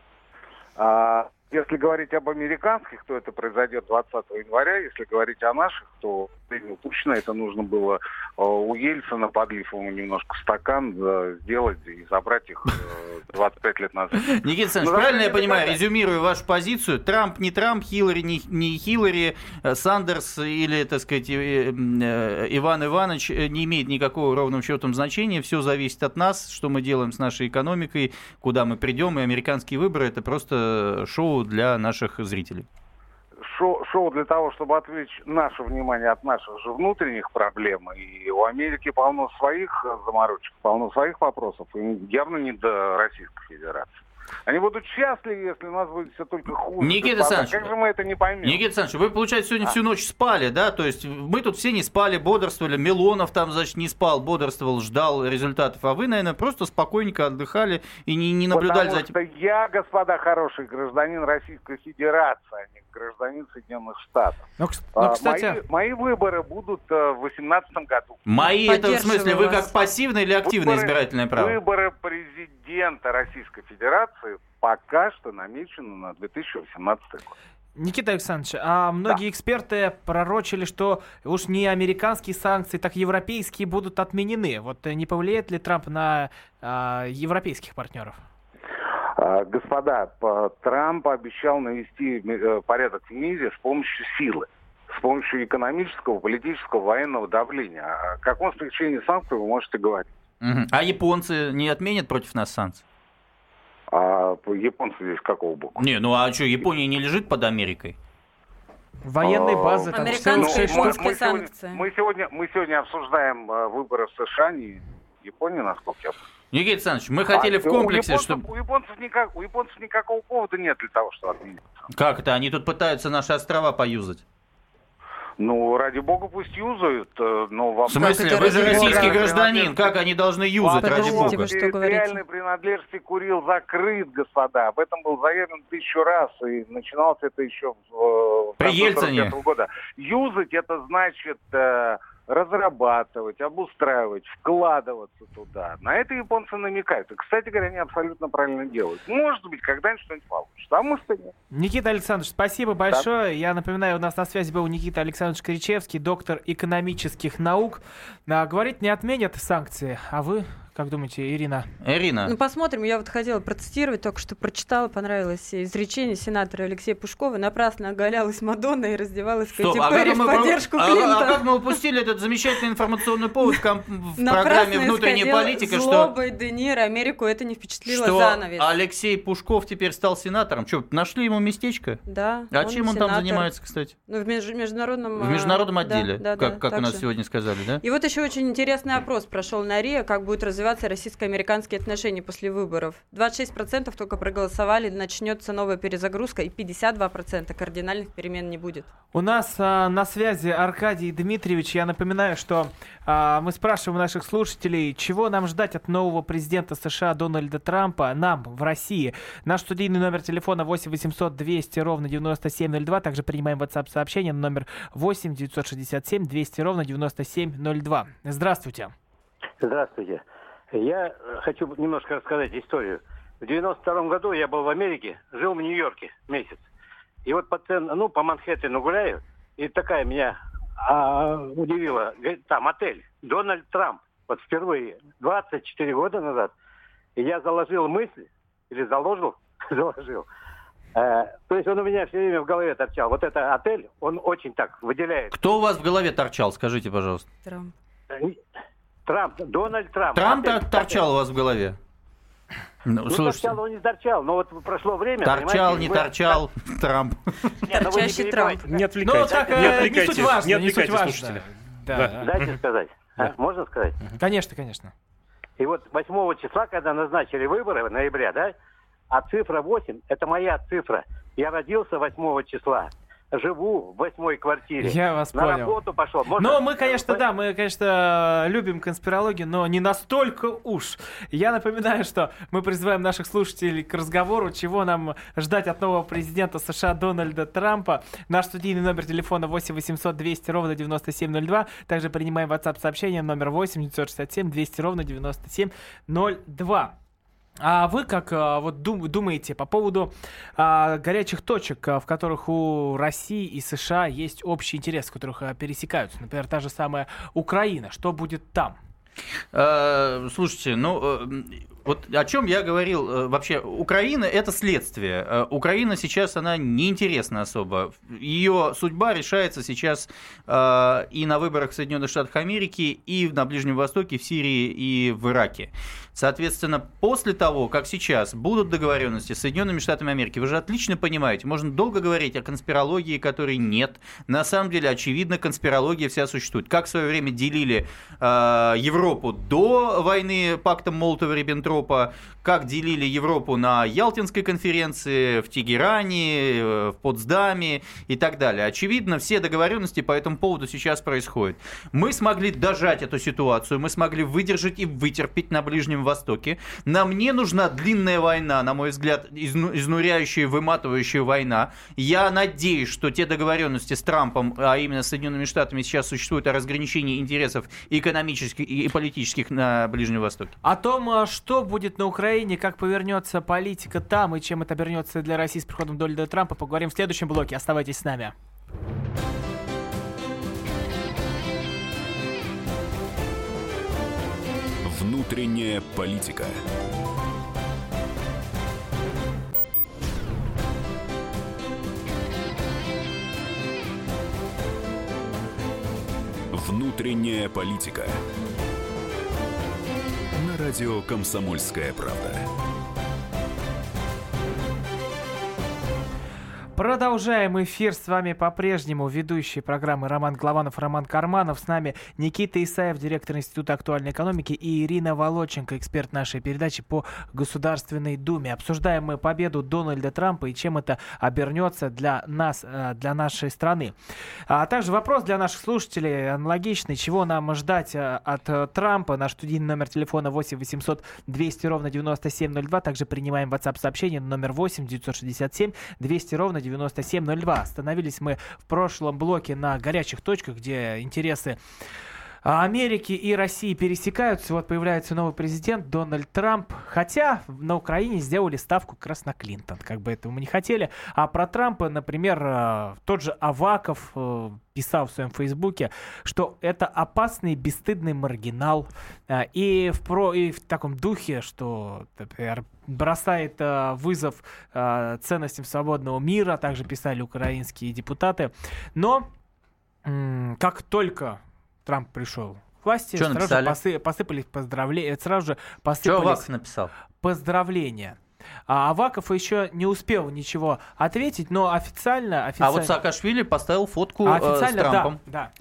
А, если говорить об американских, то это произойдет двадцатого января. Если говорить о наших, то у Путина это нужно было э, у Ельцина, подлив ему немножко стакан, э, сделать и забрать их э, двадцать пять лет назад. Никита Александрович, Ну, правильно я давайте понимаю, доказать. резюмирую вашу позицию, Трамп не Трамп, Хиллари не, не Хиллари, э, Сандерс или, так сказать, э, э, Иван Иванович э, не имеет никакого ровным счетом значения, все зависит от нас, что мы делаем с нашей экономикой, куда мы придем, и американские выборы это просто шоу для наших зрителей. Шоу, шоу для того, чтобы отвлечь наше внимание от наших же внутренних проблем. И у Америки полно своих э, заморочек, полно своих вопросов. Им явно не до Российской Федерации. Они будут счастливы, если у нас будет все только хуже. Никита Господа, Александрович, как же мы это не поймем? Никита Александрович, вы, получается, сегодня всю ночь спали, да? То есть мы тут все не спали, бодрствовали, Милонов там, значит, не спал, бодрствовал, ждал результатов, а вы, наверное, просто спокойненько отдыхали и не, не наблюдали Потому за этим. что я, господа хорошие, гражданин Российской Федерации, а не гражданин Соединенных Штатов. Ну, кс- ну, А, кстати, мои, мои выборы будут э, в восемнадцатом году. Мои, это в смысле, вы Поддерживаю как пассивное или активное Выборы- избирательное право? Выборы президента Российской Федерации пока что намечены на две тысячи восемнадцатый год. Никита Александрович, а многие эксперты пророчили, что уж не американские санкции, так европейские будут отменены. Вот э, не повлияет ли Трамп на а, европейских партнеров? А, Господа, п- Трамп обещал навести э, порядок в мире с помощью силы, с помощью экономического, политического, военного давления. О каком смягчении санкций вы можете говорить? Мгм. А японцы не отменят против нас санкции? А японцы здесь какого боку? Не, ну а что, Япония не лежит под Америкой? Военные А, базы, там Американская целых шесть штук. японская сегодня, санкция. мы, сегодня, мы сегодня обсуждаем э, выборы в США, не Японии, насколько я понимаю. Никита Александрович, мы хотели А, в комплексе, у японцев, чтобы... у, японцев никак, у японцев никакого повода нет для того, чтобы отменить. Как это? Они тут пытаются наши острова поюзать. Ну, ради бога, пусть юзают, э, но во В смысле? это Вы же ради бога? российский гражданин. Как они должны юзать, ради Подождите, бога? вы что говорите? Территориальной принадлежности Курил закрыт, господа. Об этом был заявлен тысячу раз, и начиналось это еще в, в При конце Ельцине. сорок пятого года. Юзать это значит э, разрабатывать, обустраивать, вкладываться туда. На это японцы намекают. И, кстати говоря, они абсолютно правильно делают. Может быть, когда-нибудь что-нибудь получится, а может и нет. Никита Александрович, спасибо большое. Я напоминаю, у нас на связи был Никита Александрович Кричевский, доктор экономических наук. А, говорит, не отменят санкции. А вы, как думаете, Ирина? Ирина, Ну, посмотрим. Я вот хотела процитировать, только что прочитала, понравилось изречение сенатора Алексея Пушкова. Напрасно оголялась Мадонна и раздевалась стоп, Кэти а Перри как, в мы, про- поддержку а- Клинтона. а как мы упустили этот замечательный информационный повод в, ком- в Напрасно программе «Внутренняя исходила политика», что, злоба и Де Ниро, Америку это не впечатлило что занавес. Алексей Пушков теперь стал сенатором? Что, нашли ему местечко? Да, А чем он там сенатор. занимается, кстати? Ну, в меж- международном... В а, международном да, отделе, да, как, да, как у так нас же. сегодня сказали, да? И вот еще очень интересный опрос прошел на РИА, как будет развиваться развиваться российско-американские отношения после выборов. двадцать шесть процентов только проголосовали, начнется новая перезагрузка, и пятьдесят два процента кардинальных перемен не будет. У нас а, на связи Аркадий Дмитриевич. Я напоминаю, что а, мы спрашиваем наших слушателей, чего нам ждать от нового президента США Дональда Трампа, нам в России. Наш студийный номер телефона восемь восемьсот двести ровно девяносто семь ноль два. Также принимаем WhatsApp-сообщение на номер восемь девятьсот шестьдесят семь двести ровно девяносто семь ноль два. Здравствуйте. Здравствуйте. Я хочу немножко рассказать историю. В девяносто втором году я был в Америке, жил в Нью-Йорке месяц. И вот по, цен, ну, по Манхэттену гуляю, и такая меня а, удивила. Говорит, там отель Дональд Трамп. Вот впервые, двадцать четыре года назад. И я заложил мысль, или заложил, заложил. Э, то есть он у меня все время в голове торчал. Вот это отель, он очень так выделяет. Кто у вас в голове торчал, скажите, пожалуйста? Трамп. Трамп, Дональд Трамп. Трамп отель, торчал отель. у вас в голове? Ну, Ну, слушайте, торчал, он не торчал, но вот прошло время. торчал, не мы- торчал, Трамп. Нет, ну вы не Торчащий перебивайте. Не Ну, отвлекайте, так, не э, не отвлекайте, суть важно, не не суть отвлекайте важно. слушателя. Да. Дайте сказать. А, можно сказать? Конечно, конечно. И вот восьмого числа, когда назначили выборы, в ноябре, да, а цифра восемь, это моя цифра. Я родился восьмого числа. Живу в восьмой квартире. Я вас На понял. работу пошел. Можно- Но мы, конечно, да, мы, конечно, любим конспирологию, но не настолько уж. Я напоминаю, что мы призываем наших слушателей к разговору, чего нам ждать от нового президента США Дональда Трампа. Наш студийный номер телефона восемь восемьсот двести ровно девяносто семь ноль два. Также принимаем WhatsApp-сообщение номер восемь девятьсот шестьдесят семь двести ровно девяносто семь ноль два. А вы как а, вот дум, думаете по поводу а, горячих точек, а, в которых у России и США есть общий интерес, в которых а, пересекаются? Например, та же самая Украина. Что будет там? Э, Слушайте, ну э, вот о чем я говорил. э, Вообще, Украина это следствие. Э, Украина сейчас, она неинтересна особо. Ее судьба решается сейчас э, и на выборах в Соединенных Штатах Америки, и на Ближнем Востоке, в Сирии и в Ираке. Соответственно, после того, как сейчас будут договоренности с Соединенными Штатами Америки, вы же отлично понимаете, можно долго говорить о конспирологии, которой нет. На самом деле, очевидно, конспирология вся существует. Как в свое время делили э, Европу до войны пактом Молотова-Риббентропа, как делили Европу на Ялтинской конференции, в Тегеране, в Потсдаме и так далее. Очевидно, все договоренности по этому поводу сейчас происходят. Мы смогли дожать эту ситуацию, мы смогли выдержать и вытерпеть на Ближнем Востоке. Нам не нужна длинная война, на мой взгляд, изну- изнуряющая, выматывающая война. Я надеюсь, что те договоренности с Трампом, а именно с Соединенными Штатами, сейчас существуют о разграничении интересов экономических и политических на Ближнем Востоке. О том, а, что будет на Украине, как повернется политика там и чем это обернется для России с приходом Дональда Трампа, поговорим в следующем блоке. Оставайтесь с нами. Внутренняя политика. Внутренняя политика. На радио «Комсомольская правда». Продолжаем эфир. С вами по-прежнему ведущие программы Роман Голованов, Роман Карманов. С нами Никита Исаев, директор Института актуальной экономики, и Ирина Волоченко, эксперт нашей передачи по Государственной Думе. Обсуждаем мы победу Дональда Трампа и чем это обернется для нас, для нашей страны. А также вопрос для наших слушателей аналогичный. Чего нам ждать от Трампа? Наш студийный номер телефона восемь восемьсот двести ровно девяносто семь ноль два. Также принимаем WhatsApp-сообщение на номер восемь девятьсот шестьдесят семь двести ровно девяносто семь ноль два. Остановились мы в прошлом блоке на горячих точках, где интересы Америки и России пересекаются. Вот появляется новый президент Дональд Трамп. Хотя на Украине сделали ставку как раз на Клинтон. Как бы этого мы не хотели. А про Трампа, например, тот же Аваков писал в своем фейсбуке, что это опасный, бесстыдный маргинал. И в, про, и в таком духе, что, например, бросает вызов ценностям свободного мира. Также писали украинские депутаты. Но как только Трамп пришел к власти, Что сразу же написали? посы- посыпались поздравления, сразу же Что посыпались Аваков написал? поздравления. А Аваков еще не успел ничего ответить, но официально... официально А вот Саакашвили поставил фотку э, с официально, Трампом. да, да.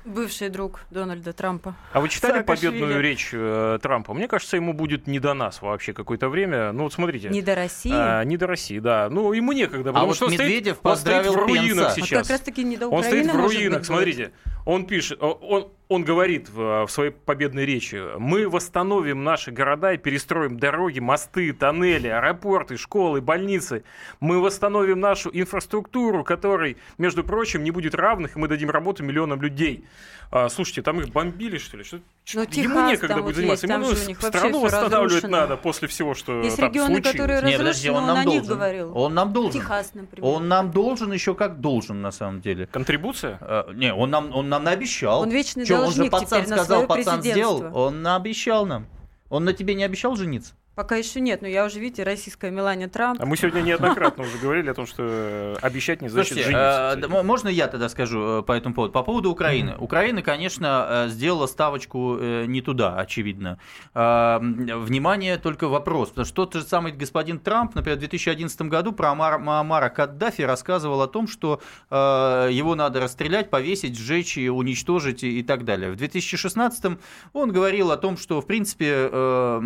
Бывший друг Дональда Трампа. А вы читали Саакашвили. победную речь э, Трампа? Мне кажется, ему будет не до нас вообще какое-то время. Ну вот смотрите. Не до России? А, не до России, да. Ну ему некогда, А потому вот что он Медведев стоит, он стоит в поздравил руинах Пенса. сейчас. Вот как раз-таки не до Он Украины, стоит в может руинах, быть, смотрите. Он пишет, он, он говорит в, в своей победной речи: мы восстановим наши города и перестроим дороги, мосты, тоннели, аэропорты, школы, больницы. Мы восстановим нашу инфраструктуру, которой, между прочим, не будет равных, и мы дадим работу миллионам людей. А, слушайте, там их бомбили, что ли? Что, Ну, ему Техас некогда там будет вот есть, заниматься. там Ему же у них вообще страну всё восстанавливать разрушено. надо после всего, что Есть там регионы, случилось. которые Не, подожди, разрушены, он он нам о них должен. говорил. Он нам должен. Техас, например. Он нам должен еще как должен, на самом деле. Контрибуция? Э, не, он нам, он нам наобещал. Он вечный Чё, он же должник пацан теперь на сказал, свое пацан сделал. президентство. Он наобещал нам. Он на тебе не обещал жениться? Пока еще нет, но я уже, видите, российская Мелания Трамп. А мы сегодня неоднократно уже говорили о том, что э, обещать не значит Слушайте, жениться. э, да, можно я тогда скажу э, по этому поводу? По поводу Украины. Mm-hmm. Украина, конечно, э, сделала ставочку э, не туда, очевидно. Э, внимание, только вопрос. Потому что тот же самый господин Трамп, например, в две тысячи одиннадцатом году про Амар, Муаммара Каддафи рассказывал о том, что э, его надо расстрелять, повесить, сжечь, и уничтожить и, и так далее. В две тысячи шестнадцатом он говорил о том, что, в принципе, э,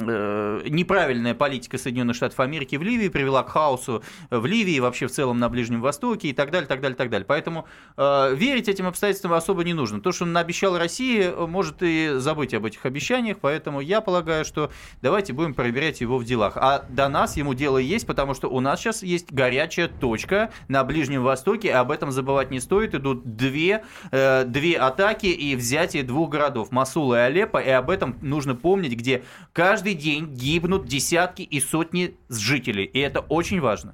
э, неправильная политика Соединенных Штатов Америки в Ливии привела к хаосу в Ливии, вообще в целом на Ближнем Востоке и так далее, так далее, так далее. Поэтому э, верить этим обстоятельствам особо не нужно. То, что он обещал России, может и забыть об этих обещаниях, поэтому я полагаю, что давайте будем проверять его в делах. А до нас ему дело есть, потому что у нас сейчас есть горячая точка на Ближнем Востоке, и об этом забывать не стоит. Идут две, э, две атаки и взятие двух городов, Мосула и Алеппо, и об этом нужно помнить, где каждый день гибнут десятки и сотни жителей, и это очень важно.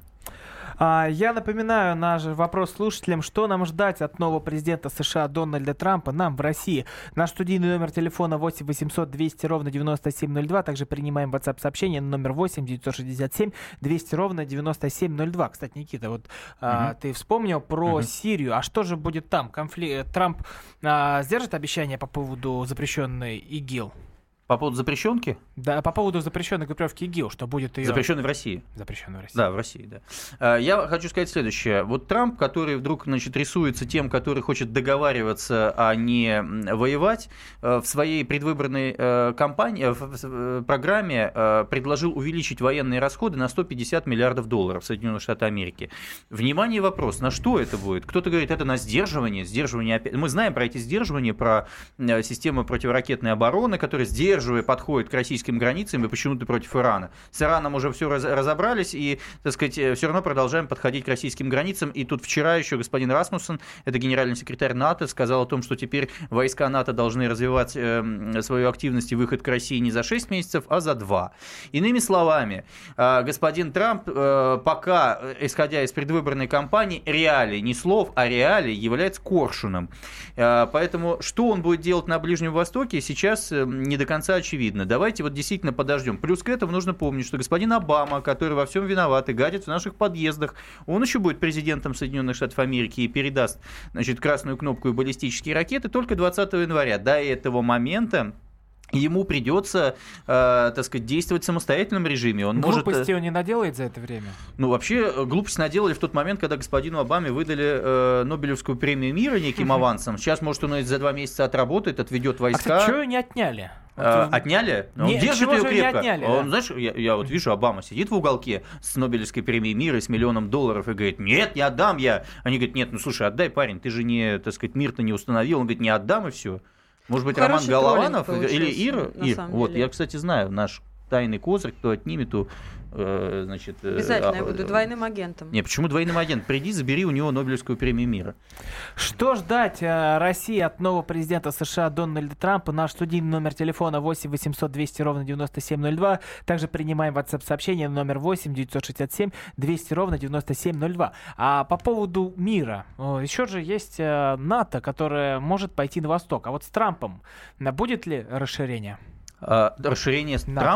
А, я напоминаю наш вопрос слушателям, что нам ждать от нового президента США Дональда Трампа нам в России. Наш студийный номер телефона восемь восемьсот двести ровно девяносто семь ноль два. Также принимаем WhatsApp-сообщение на номер восемь девятьсот шестьдесят семь двести ровно девяносто семь ноль два. Кстати, Никита, вот uh-huh. а, ты вспомнил про uh-huh. Сирию. А что же будет там? Конфли... Трамп а, сдержит обещание по поводу запрещенной ИГИЛ? По поводу запрещенки? Да, по поводу запрещенной группировки ИГИЛ, что будет ее... Запрещенной в России. Запрещенной в России. Да, в России, да. Я хочу сказать следующее. Вот Трамп, который вдруг, значит, рисуется тем, который хочет договариваться, а не воевать, в своей предвыборной кампании, в программе предложил увеличить военные расходы на сто пятьдесят миллиардов долларов Соединенных Штатов Америки. Внимание, вопрос, на что это будет? Кто-то говорит, это на сдерживание. Сдерживание опять... Мы знаем про эти сдерживания, про систему противоракетной обороны, которая сдерживает подходит к российским границам и почему-то против Ирана. С Ираном уже все разобрались и, так сказать, все равно продолжаем подходить к российским границам. И тут вчера еще господин Расмуссен, это генеральный секретарь НАТО, сказал о том, что теперь войска НАТО должны развивать э, свою активность и выход к России не за шесть месяцев, а за два. Иными словами, э, господин Трамп э, пока, исходя из предвыборной кампании, реалий, не слов, а реалий является коршуном. Э, поэтому что он будет делать на Ближнем Востоке, сейчас э, не до конца очевидно. Давайте вот действительно подождем. Плюс к этому нужно помнить, что господин Обама, который во всем виноват и гадит в наших подъездах, он еще будет президентом Соединенных Штатов Америки и передаст, значит, красную кнопку и баллистические ракеты только двадцатого января. До этого момента ему придется, э, так сказать, действовать в самостоятельном режиме. Он Глупости может... он не наделает за это время? Ну, вообще, глупость наделали в тот момент, когда господину Обаме выдали э, Нобелевскую премию мира неким авансом. Сейчас, может, он за два месяца отработает, отведет войска. А, кстати, чего ее не отняли? А, отняли? Он не, держит ее крепко. Отняли, он, да? знаешь, я, я вот вижу, Обама сидит в уголке с Нобелевской премией мира и с миллионом долларов и говорит, нет, не отдам я. Они говорят, нет, ну слушай, отдай, парень, ты же не, так сказать, мир-то не установил. Он говорит, не отдам и все. Может быть, Хороший Роман Голованов или Ира? Ир, вот, я, кстати, знаю наш тайный козырь, кто отнимет у... Э, значит, Обязательно э, я буду двойным агентом. Не, почему двойным агентом? Приди, забери у него Нобелевскую премию мира. Что ждать э, России от нового президента США Дональда Трампа? Наш студийный номер телефона восемь восемьсот двести ровно девяносто семь ноль два. Также принимаем WhatsApp-сообщение номер восемь девятьсот шестьдесят семь двести ровно девяносто семь ноль два. А по поводу мира. О, еще же есть э, НАТО, которое может пойти на восток. А вот с Трампом будет ли расширение? А, расширение НАТО. Трампа?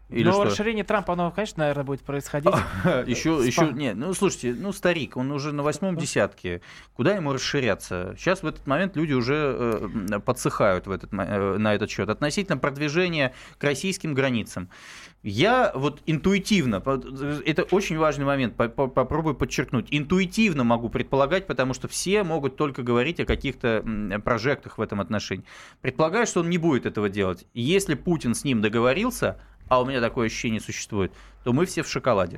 Или Но что? расширение Трампа, оно, конечно, наверное, будет происходить. Еще, Спа- еще, нет, ну слушайте, ну старик, он уже на восьмом десятке, куда ему расширяться? Сейчас в этот момент люди уже э, подсыхают в этот, мо- э, на этот счет. Относительно продвижения к российским границам. Я вот интуитивно, по- это очень важный момент, по- по- попробую подчеркнуть, интуитивно могу предполагать, потому что все могут только говорить о каких-то м, прожектах в этом отношении. Предполагаю, что он не будет этого делать. Если Путин с ним договорился, а у меня такое ощущение существует, то мы все в шоколаде.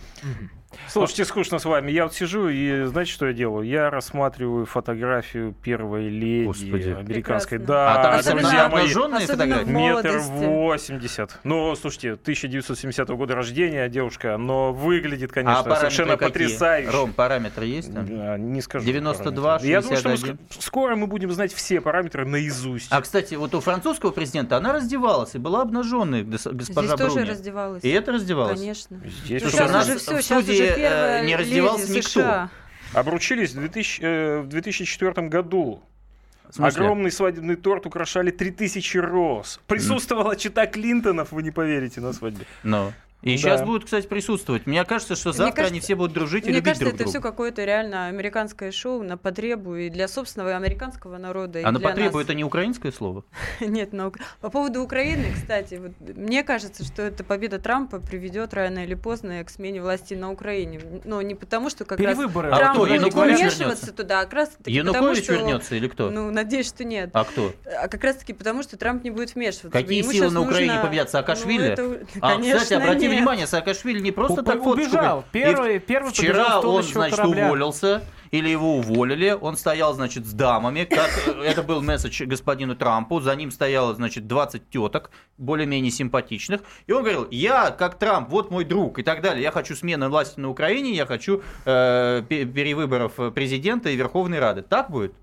Слушайте, скучно с вами. Я вот сижу и знаете, что я делаю? Я рассматриваю фотографию первой леди Господи. американской. Прекрасно. Да, А там Особенно- друзья мои. обнаженные особенно фотографии? в Метр молодости. восемьдесят. Ну, слушайте, тысяча девятьсот семидесятого года рождения девушка, но выглядит, А конечно, параметры совершенно какие? потрясающе. Ром, параметры есть там? Да, не скажу. девяносто два, параметры. Я думаю, что мы шестьдесят один. ск- скоро мы будем знать все параметры наизусть. А, кстати, вот у французского президента она раздевалась и была обнаженной, гос- госпожа Здесь тоже Бруни. раздевалась. И это раздевалась? Конечно. Здесь Ну, Слушай, уже у нас сейчас уже все, в сейчас студии, уже э, первая не раздевался леди никто. США. обручились в, две тысячи, э, в две тысячи четвёртом году. В смысле? Огромный свадебный торт украшали три тысячи роз. Присутствовала чета Клинтонов, вы не поверите, на свадьбе. Ну. И Да. сейчас будут, кстати, присутствовать. Мне кажется, что завтра кажется- они все будут дружить и Мне любить кажется, друг это друга. все какое-то реально американское шоу на потребу и для собственного американского народа. и А на для потребу нас. это не украинское слово? Нет, но по поводу Украины, кстати, вот мне кажется, что эта победа Трампа приведет рано или поздно к смене власти на Украине. Но не потому, что как Перевыборы. раз А Трамп кто, будет Янукович вмешиваться вернется? туда, а как раз таки потому, Янукович что... вернется или кто? Ну, надеюсь, что нет. А кто? А как раз таки потому, что Трамп не будет вмешиваться. Какие Ему силы щас на Украине нужно- победят? Саакашвили? Ну, это, А, конечно, кстати, обрати нет. внимание, Саакашвили не просто Упа- так фоточку убежал. говорит. Первый- И первый вчера побежал с он, тонущего значит, корабля. уволился, или его уволили, он стоял, значит, с дамами, как это был месседж господину Трампу, за ним стояло, значит, двадцать теток, более-менее симпатичных, и он говорил, я, как Трамп, вот мой друг, и так далее, я хочу смены власти на Украине, я хочу э, пе- перевыборов президента и Верховной Рады. Так будет?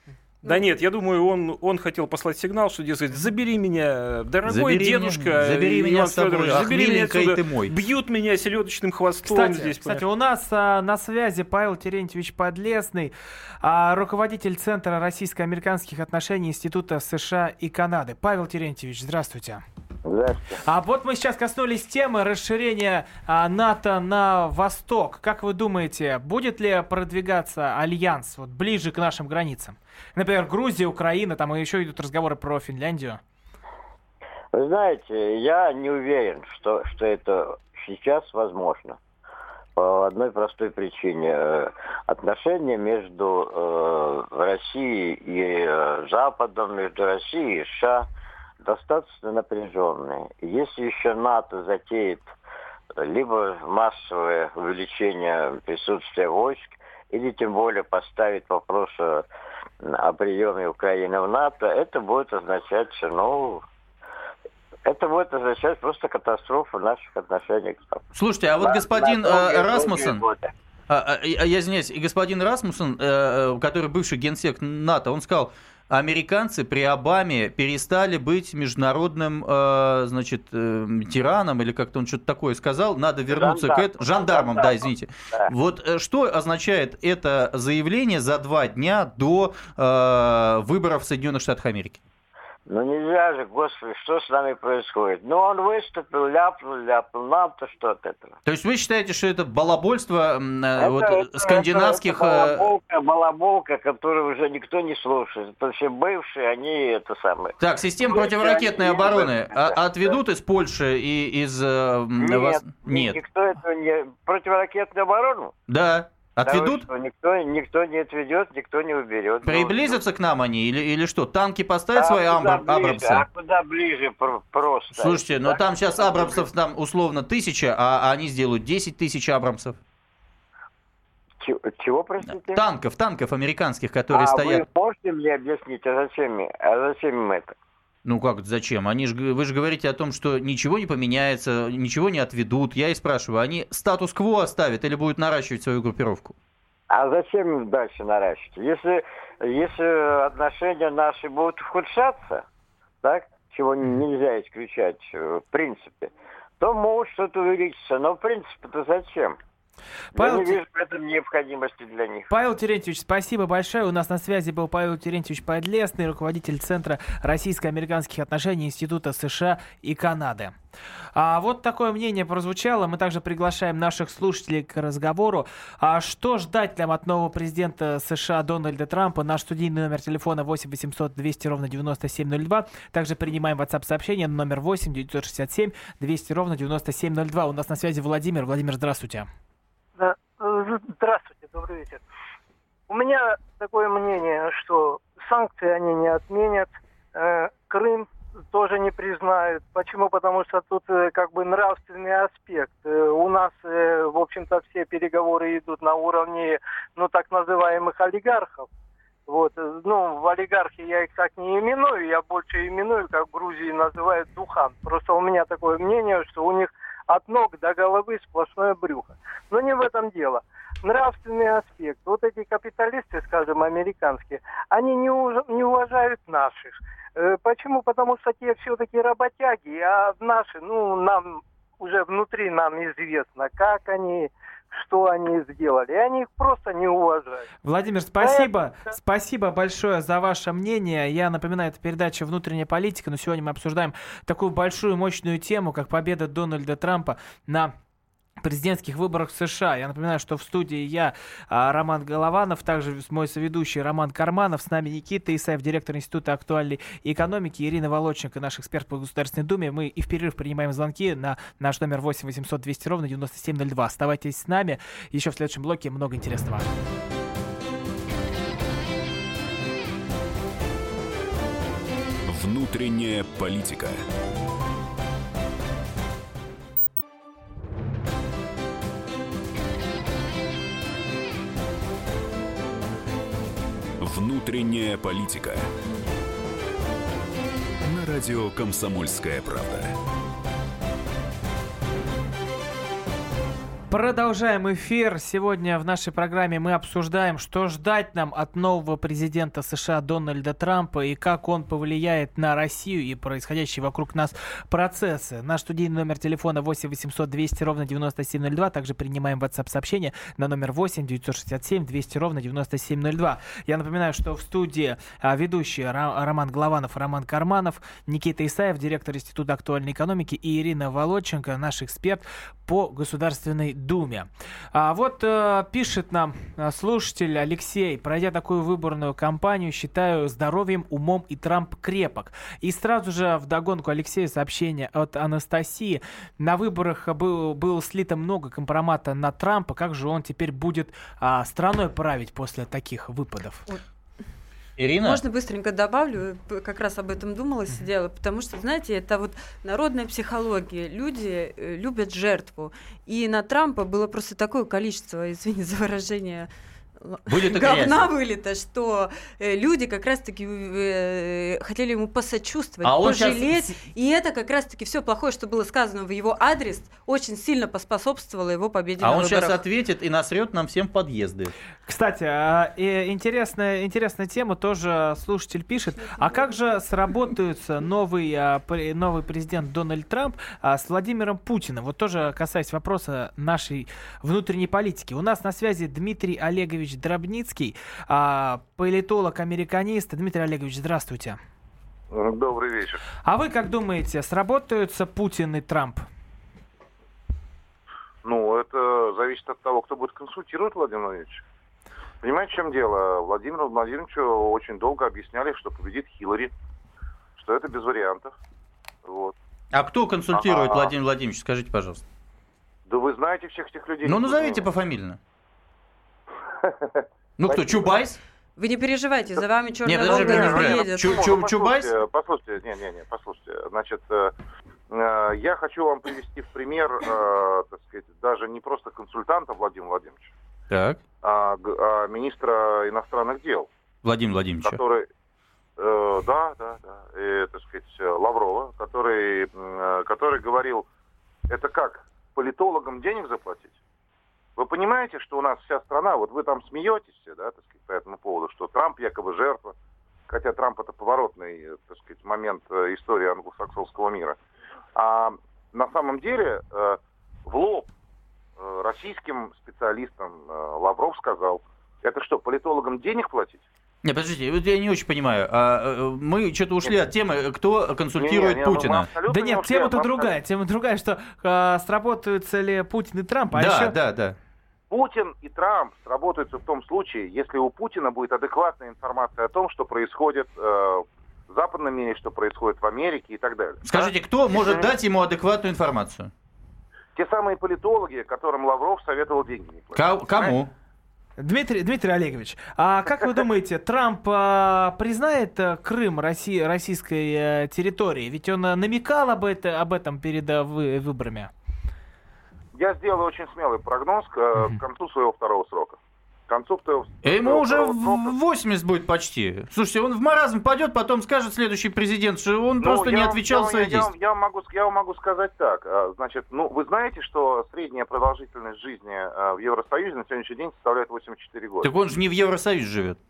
Да нет, я думаю, он, он хотел послать сигнал, что, дескать, забери меня, дорогой Забери дедушка, меня, забери Иван меня с собой, Федорович, ах, забери меня миленькая отсюда, ты мой. бьют меня селедочным хвостом Кстати, здесь. кстати, у нас а, на связи Павел Терентьевич Подлесный, а, руководитель Центра российско-американских отношений Института США и Канады. Павел Терентьевич, здравствуйте. Здравствуйте. А вот мы сейчас коснулись темы расширения а, НАТО на восток. Как вы думаете, будет ли продвигаться альянс вот, ближе к нашим границам? Например, Грузия, Украина, там еще идут разговоры про Финляндию. Вы знаете, я не уверен, что, что это сейчас возможно. По одной простой причине. Э, Отношения между э, Россией и э, Западом, между Россией и США достаточно напряженные. И если еще НАТО затеет либо массовое увеличение присутствия войск, или тем более поставит вопрос о, о приеме Украины в НАТО, это будет означать, ну, это будет означать просто катастрофу наших отношений. Слушайте, а вот На- господин на долгие- э, Расмуссен, долгие годы. а, а, я я извиняюсь, и господин Расмуссен, э, э, который бывший генсек НАТО, он сказал, американцы при Обаме перестали быть международным, э, значит, э, тираном, или как-то он что-то такое сказал, надо вернуться Жандарм. к этому. Жандармом, да, извините. Да. Вот э, что означает это заявление за два дня до э, выборов в Соединенных Штатах Америки? Ну нельзя же, господи, что с нами происходит? Ну он выступил, ляпнул, ляпнул, нам-то что от этого? То есть вы считаете, что это балабольство м, э, Это- вот, это- скандинавских... это э, балаболка, балаболка, которую уже никто не слушает. Это все бывшие, они это самое. Так, систем Ну, противоракетной они- обороны Да. а- отведут из Польши и из... э, м, Нет, вас- Нет. никто этого не... Противоракетную оборону? Да. Да вы Отведут? что, никто, никто не отведет, никто не уберет. Приблизятся к нам они или, или что? Танки Ну, поставят а свои куда Абр- ближе? Абрамсы? А куда ближе про- просто? Слушайте, ну Так? там сейчас Абрамсов там условно тысяча, а они сделают десять тысяч Абрамсов. Чего, чего, простите? Танков, танков американских, которые а стоят. вы можете мне объяснить, а зачем, им- а зачем им это? Ну как, зачем? Они ж, г- вы же говорите о том, что ничего не поменяется, ничего не отведут. Я и спрашиваю, они статус-кво оставят или будут наращивать свою группировку? А зачем им дальше наращивать? Если, если отношения наши будут ухудшаться, так, чего нельзя исключать э, в принципе, то может что-то увеличиться. Но в принципе-то зачем? Павел... Я не вижу в этом необходимости для них. Павел Терентьевич, спасибо большое. У нас на связи был Павел Терентьевич Подлесный, руководитель Центра российско-американских отношений Института США и Канады. А вот такое мнение прозвучало. Мы также приглашаем наших слушателей к разговору. А что ждать нам от нового президента США Дональда Трампа? Наш студийный номер телефона восемь восемьсот двести ровно девяносто семь ноль два. Также принимаем WhatsApp-сообщение на номер восемь девятьсот шестьдесят семь двести ровно девяносто семь ноль два. У нас на связи Владимир. Владимир, здравствуйте. Да. Здравствуйте, добрый вечер. У меня такое мнение, что санкции они не отменят, э, Крым тоже не признают. Почему? Потому что тут э, как бы нравственный аспект. Э, у нас, э, в общем-то, все переговоры идут на уровне, ну, так называемых олигархов. Вот. Ну, в олигархи я их так не именую, я больше именую, как в Грузии называют, духан. Просто у меня такое мнение, что у них от ног до головы сплошное брюхо. Но не в этом дело. Нравственный аспект. Вот эти капиталисты, скажем, американские, они не, уж, не уважают наших. Э, почему? Потому что те все-таки работяги, а наши, ну, нам уже внутри нам известно, как они, что они сделали. И они их просто не уважают. Владимир, спасибо. А это... Спасибо большое за ваше мнение. Я напоминаю, это передача «Внутренняя политика», но сегодня мы обсуждаем такую большую, мощную тему, как победа Дональда Трампа на президентских выборах в США. Я напоминаю, что в студии я, Роман Голованов, также мой соведущий Роман Карманов, с нами Никита Исаев, директор Института актуальной экономики, Ирина Володченко, наш эксперт по Государственной Думе. Мы и в перерыв принимаем звонки на наш номер восемь восемьсот двести ровно девяносто семь ноль два. Оставайтесь с нами. Еще в следующем блоке много интересного. Внутренняя политика. Внутренняя политика. На радио «Комсомольская правда». Продолжаем эфир. Сегодня в нашей программе мы обсуждаем, что ждать нам от нового президента США Дональда Трампа и как он повлияет на Россию и происходящие вокруг нас процессы. Наш студийный номер телефона восемь восемьсот двести ровно девяносто семь ноль два. Также принимаем WhatsApp-сообщение на номер восемь девятьсот шестьдесят семь двести ровно девяносто семь ноль два. Я напоминаю, что в студии а, ведущие Роман Голованов, Роман Карманов, Никита Исаев, директор Института актуальной экономики, и Ирина Володченко, наш эксперт по Государственной Думе. А вот э, пишет нам слушатель Алексей: пройдя такую выборную кампанию, считаю здоровьем, умом и Трамп крепок. И сразу же вдогонку Алексею сообщение от Анастасии. На выборах был, было слито много компромата на Трампа. Как же он теперь будет а, страной править после таких выпадов? Ирина? Можно быстренько добавлю, как раз об этом думала, сидела, потому что, знаете, это вот народная психология. Люди любят жертву. И на Трампа было просто такое количество, извини за выражение, говна вылито, что э, люди как раз-таки э, хотели ему посочувствовать, а пожалеть. Сейчас... И это как раз-таки все плохое, что было сказано в его адрес, очень сильно поспособствовало его победе а на он выборах. Сейчас ответит и насрет нам всем подъезды. Кстати, интересная, интересная тема, тоже слушатель пишет. А как же сработаются новый, новый президент Дональд Трамп с Владимиром Путиным? Вот тоже касаясь вопроса нашей внутренней политики. У нас на связи Дмитрий Олегович Дробницкий, политолог-американист. Дмитрий Олегович, здравствуйте. Добрый вечер. А вы как думаете, сработаются Путин и Трамп? Ну, это зависит от того, кто будет консультировать Владимира Владимировича. Понимаете, в чем дело? Владимиру Владимировичу очень долго объясняли, что победит Хиллари, что это без вариантов. Вот. А кто консультирует А-а-а. Владимир Владимирович, скажите, пожалуйста? Да вы знаете всех этих людей. Ну, назовите пофамильно. Ну кто, Чубайс? Вы не переживайте, за вами черная Волга не приедет. Чубайс? Послушайте, не-не-не, послушайте. Значит, я хочу вам привести в пример, так сказать, даже не просто консультанта Владимира Владимировича, так. А, а министра иностранных дел. Владимира Владимировича. Который, э, да, да, да, и, так сказать, Лаврова, который, э, который говорил, это как, политологам денег заплатить? Вы понимаете, что у нас вся страна, вот вы там смеетесь все, да, так сказать, по этому поводу, что Трамп якобы жертва, хотя Трамп это поворотный, так сказать, момент истории англосаксонского мира. А на самом деле э, в лоб э, российским специалистам э, Лавров сказал, это что, политологам денег платить? Не, подождите, вот я не очень понимаю. А, мы что-то ушли нет. от темы, кто консультирует не, не, Путина. Да нет, тема-то другая. Тема другая, что а, сработаются ли Путин и Трамп. А да, еще... да, да. Путин и Трамп сработаются в том случае, если у Путина будет адекватная информация о том, что происходит э, в западном мире, что происходит в Америке и так далее. Скажите, кто если может дать ему адекватную информацию? Те самые политологи, которым Лавров советовал деньги не платить. К- кому? Дмитрий, Дмитрий Олегович, а как вы думаете, Трамп а, признает а, Крым России, российской а, территорией? Ведь он а, намекал об, это, об этом перед а, вы, выборами. Я сделал очень смелый прогноз к, mm-hmm. к концу своего второго срока. К концу своего, Ему уже срока. восемьдесят будет почти. Слушайте, он в маразм падет, потом скажет следующий президент, что он ну, просто я, не отвечал за свои я, действия. Я, я, могу, я вам могу сказать так. Значит, ну, вы знаете, что средняя продолжительность жизни в Евросоюзе на сегодняшний день составляет восемьдесят четыре года. Так он же не в Евросоюзе живет.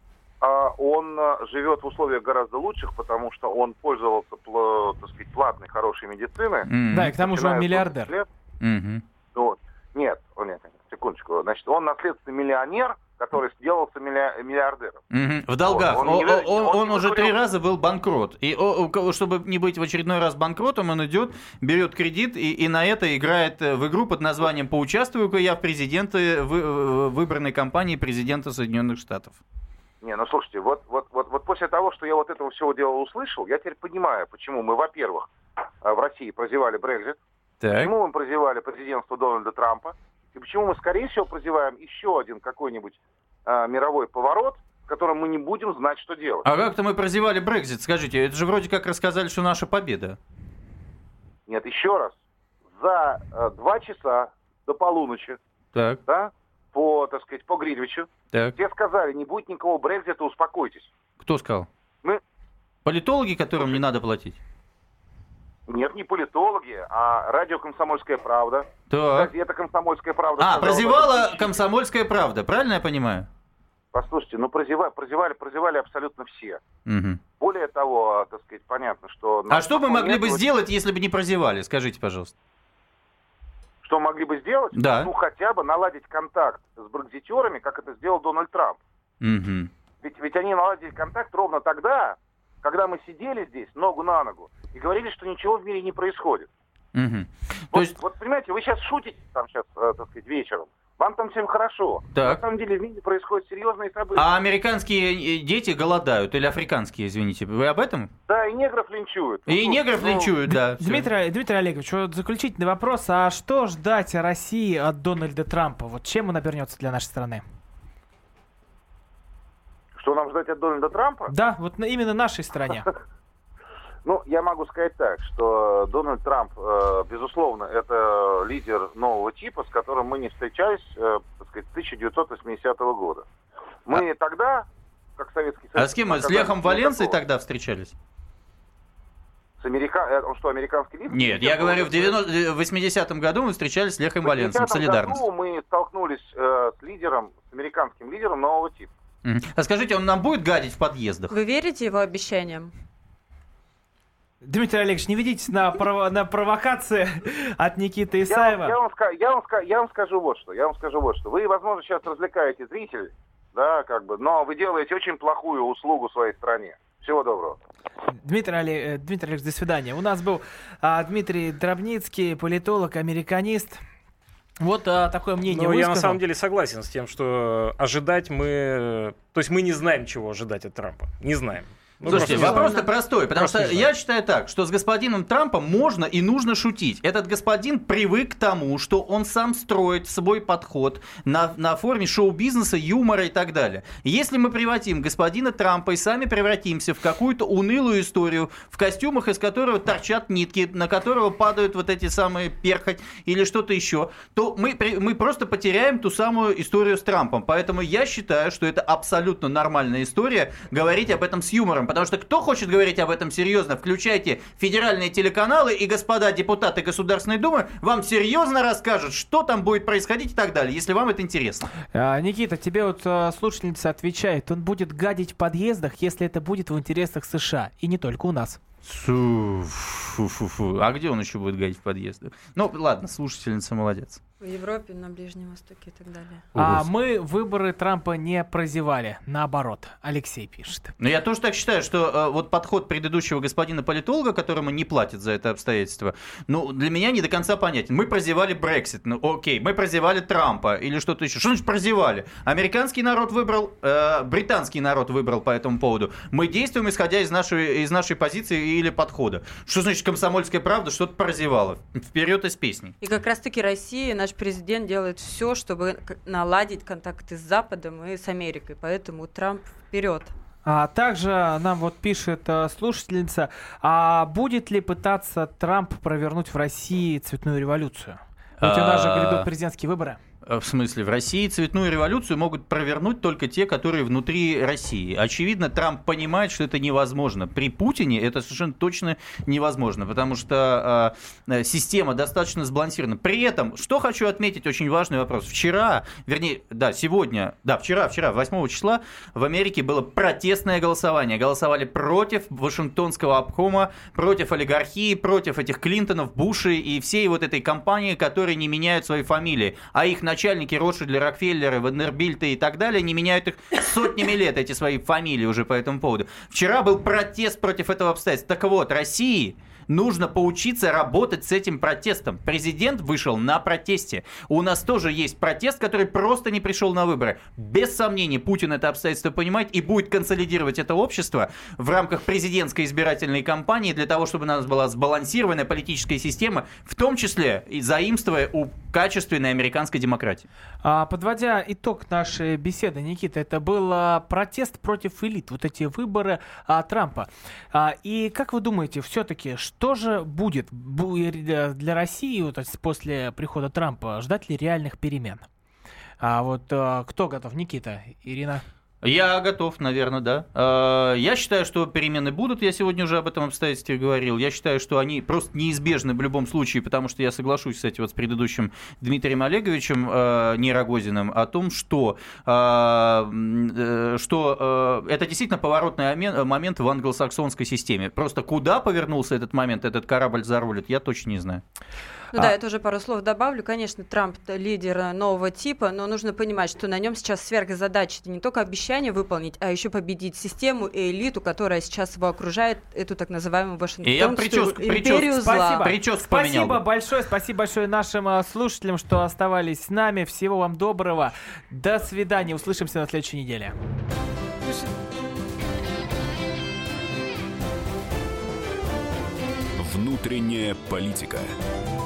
Он живет в условиях гораздо лучших, потому что он пользовался, так сказать, платной, хорошей медициной. Mm-hmm. Да, и к тому же он миллиардер. Mm-hmm. Вот. Нет, нет, секундочку. Значит, он наследственный миллионер, который сделался миллиардером. Mm-hmm. В долгах. Вот. Он, он, не, он, он, он не уже выкурил... три раза был банкрот. И о, чтобы не быть в очередной раз банкротом, он идет, берет кредит и, и на это играет в игру под названием «Поучаствую-ка я в президенты в выбранной кампании президента Соединенных Штатов». Не, ну слушайте, вот, вот, вот, вот после того, что я вот этого всего дела услышал, я теперь понимаю, почему мы, во-первых, в России прозевали Брексит, почему мы прозевали президентство Дональда Трампа, и почему мы, скорее всего, прозеваем еще один какой-нибудь а, мировой поворот, в котором мы не будем знать, что делать. А как-то мы прозевали Брексит, скажите, это же вроде как рассказали, что наша победа. Нет, еще раз, за а, два часа до полуночи, так. да, по, так сказать, по Гринвичу, так. Все сказали, не будет никакого Брексита, успокойтесь. Кто сказал? Мы... Политологи, которым Слушай, не надо платить? Нет, не политологи, а радио «Комсомольская правда». Так. Кстати, это «Комсомольская правда». А, прозевала «Комсомольская правда», правильно я понимаю? Послушайте, ну прозевали, прозевали, прозевали абсолютно все. Угу. Более того, так сказать, понятно, что... А что мы могли бы сделать, если бы не прозевали? Скажите, пожалуйста. Что могли бы сделать? Да. Ну, хотя бы наладить контакт с брекситерами, как это сделал Дональд Трамп. Угу. Ведь, ведь они наладили контакт ровно тогда, когда мы сидели здесь ногу на ногу и говорили, что ничего в мире не происходит. Угу. Вот, То есть... вот, понимаете, вы сейчас шутите там сейчас, э, так сказать, вечером. Вам там всем хорошо. Так. На самом деле в мире происходят серьезные события. А американские дети голодают, или африканские, извините. Вы об этом? Да, и негров линчуют. И ну, негров ну, линчуют, да. Дмитрий, Дмитрий Олегович, вот заключительный вопрос. А что ждать России от Дональда Трампа? Вот чем он обернется для нашей страны? Что нам ждать от Дональда Трампа? Да, вот именно нашей стране. Ну, я могу сказать так, что Дональд Трамп, э, безусловно, это лидер нового типа, с которым мы не встречались, э, так сказать, с тысяча девятьсот восьмидесятого года. Мы а... тогда, как Советский Союз... А с кем мы? С Лехом Валенсой тогда встречались? С америка... Он что, американский лидер? Нет, я говорю, в, девяносто... в восьмидесятом году мы встречались с Лехом Валенсом, солидарность. В восьмидесятом году мы столкнулись э, с лидером, с американским лидером нового типа. А скажите, он нам будет гадить в подъездах? Вы верите его обещаниям? Дмитрий Олегович, не ведитесь на, прово- на провокации от Никиты Исаева. Я, я, вам, я, вам, я вам скажу вот что. Я вам скажу вот что. Вы, возможно, сейчас развлекаете зрителей, да, как бы, но вы делаете очень плохую услугу своей стране. Всего доброго. Дмитрий, Олег, Дмитрий Олегович, до свидания. У нас был а, Дмитрий Дробницкий, политолог, американист. Вот а, такое мнение. Ну, высказал. Я на самом деле согласен с тем, что ожидать мы... То есть мы не знаем, чего ожидать от Трампа. Не знаем. Ну, Слушайте, вопрос-то простой, потому просто что я считаю так, что с господином Трампом можно и нужно шутить. Этот господин привык к тому, что он сам строит свой подход на, на форме шоу-бизнеса, юмора и так далее. И если мы превратим господина Трампа и сами превратимся в какую-то унылую историю, в костюмах, из которого торчат нитки, на которого падают вот эти самые перхоть или что-то еще, то мы, мы просто потеряем ту самую историю с Трампом. Поэтому я считаю, что это абсолютно нормальная история говорить об этом с юмором. Потому что кто хочет говорить об этом серьезно, включайте федеральные телеканалы, и господа депутаты Государственной Думы вам серьезно расскажут, что там будет происходить и так далее, если вам это интересно. А, Никита, тебе вот а, слушательница отвечает, он будет гадить в подъездах, если это будет в интересах США, и не только у нас. Фу-фу-фу. А где он еще будет гадить в подъездах? Ну, ладно, слушательница молодец. В Европе, на Ближнем Востоке и так далее. А мы выборы Трампа не прозевали. Наоборот, Алексей пишет. Но я тоже так считаю, что э, вот подход предыдущего господина политолога, которому не платят за это обстоятельство, ну, для меня не до конца понятен. Мы прозевали Брексит, ну, окей, мы прозевали Трампа или что-то еще. Что значит прозевали? Американский народ выбрал, э, британский народ выбрал по этому поводу. Мы действуем, исходя из нашей, из нашей позиции или подхода. Что значит комсомольская правда что-то прозевала? Вперед из песни. И как раз-таки Россия, наш президент делает все, чтобы наладить контакты с Западом и с Америкой. Поэтому Трамп вперед. А также нам вот пишет э, слушательница, а будет ли пытаться Трамп провернуть в России цветную революцию? Ведь у нас же грядут президентские выборы. В смысле, в России цветную революцию могут провернуть только те, которые внутри России. Очевидно, Трамп понимает, что это невозможно. При Путине это совершенно точно невозможно, потому что э, система достаточно сбалансирована. При этом, что хочу отметить, очень важный вопрос. Вчера, вернее, да, сегодня, да, вчера, вчера, восьмого числа в Америке было протестное голосование. Голосовали против Вашингтонского обкома, против олигархии, против этих Клинтонов, Бушей и всей вот этой компании, которые не меняют свои фамилии, а их начальники Ротшильды, Рокфеллеры, Вандербильты и так далее не меняют их сотнями лет, эти свои фамилии уже по этому поводу. Вчера был протест против этого обстоятельства. Так вот, России нужно поучиться работать с этим протестом. Президент вышел на протесте. У нас тоже есть протест, который просто не пришел на выборы. Без сомнений, Путин это обстоятельство понимает и будет консолидировать это общество в рамках президентской избирательной кампании для того, чтобы у нас была сбалансированная политическая система, в том числе и заимствуя у качественной американской демократии. А, подводя итог нашей беседы, Никита, это был а, протест против элит, вот эти выборы а, Трампа. А, и как вы думаете, все-таки, что же будет для России вот, после прихода Трампа? Ждать ли реальных перемен? А вот а, кто готов? Никита, Ирина? Я готов, наверное, да. Я считаю, что перемены будут. Я сегодня уже об этом обстоятельстве говорил. Я считаю, что они просто неизбежны в любом случае, потому что я соглашусь, кстати, вот с предыдущим Дмитрием Олеговичем, не Рогозиным, о том, что, что это действительно поворотный момент в англосаксонской системе. Просто куда повернулся этот момент, этот корабль зарулит, я точно не знаю. Ну а. да, я тоже пару слов добавлю. Конечно, Трамп лидер нового типа, но нужно понимать, что на нем сейчас сверхзадача. Это не только обещание выполнить, а еще победить систему и элиту, которая сейчас его окружает, эту так называемую Вашингтонскую империю зла. Спасибо, спасибо большое, спасибо большое нашим слушателям, что оставались с нами. Всего вам доброго. До свидания. Услышимся на следующей неделе. Внутренняя политика.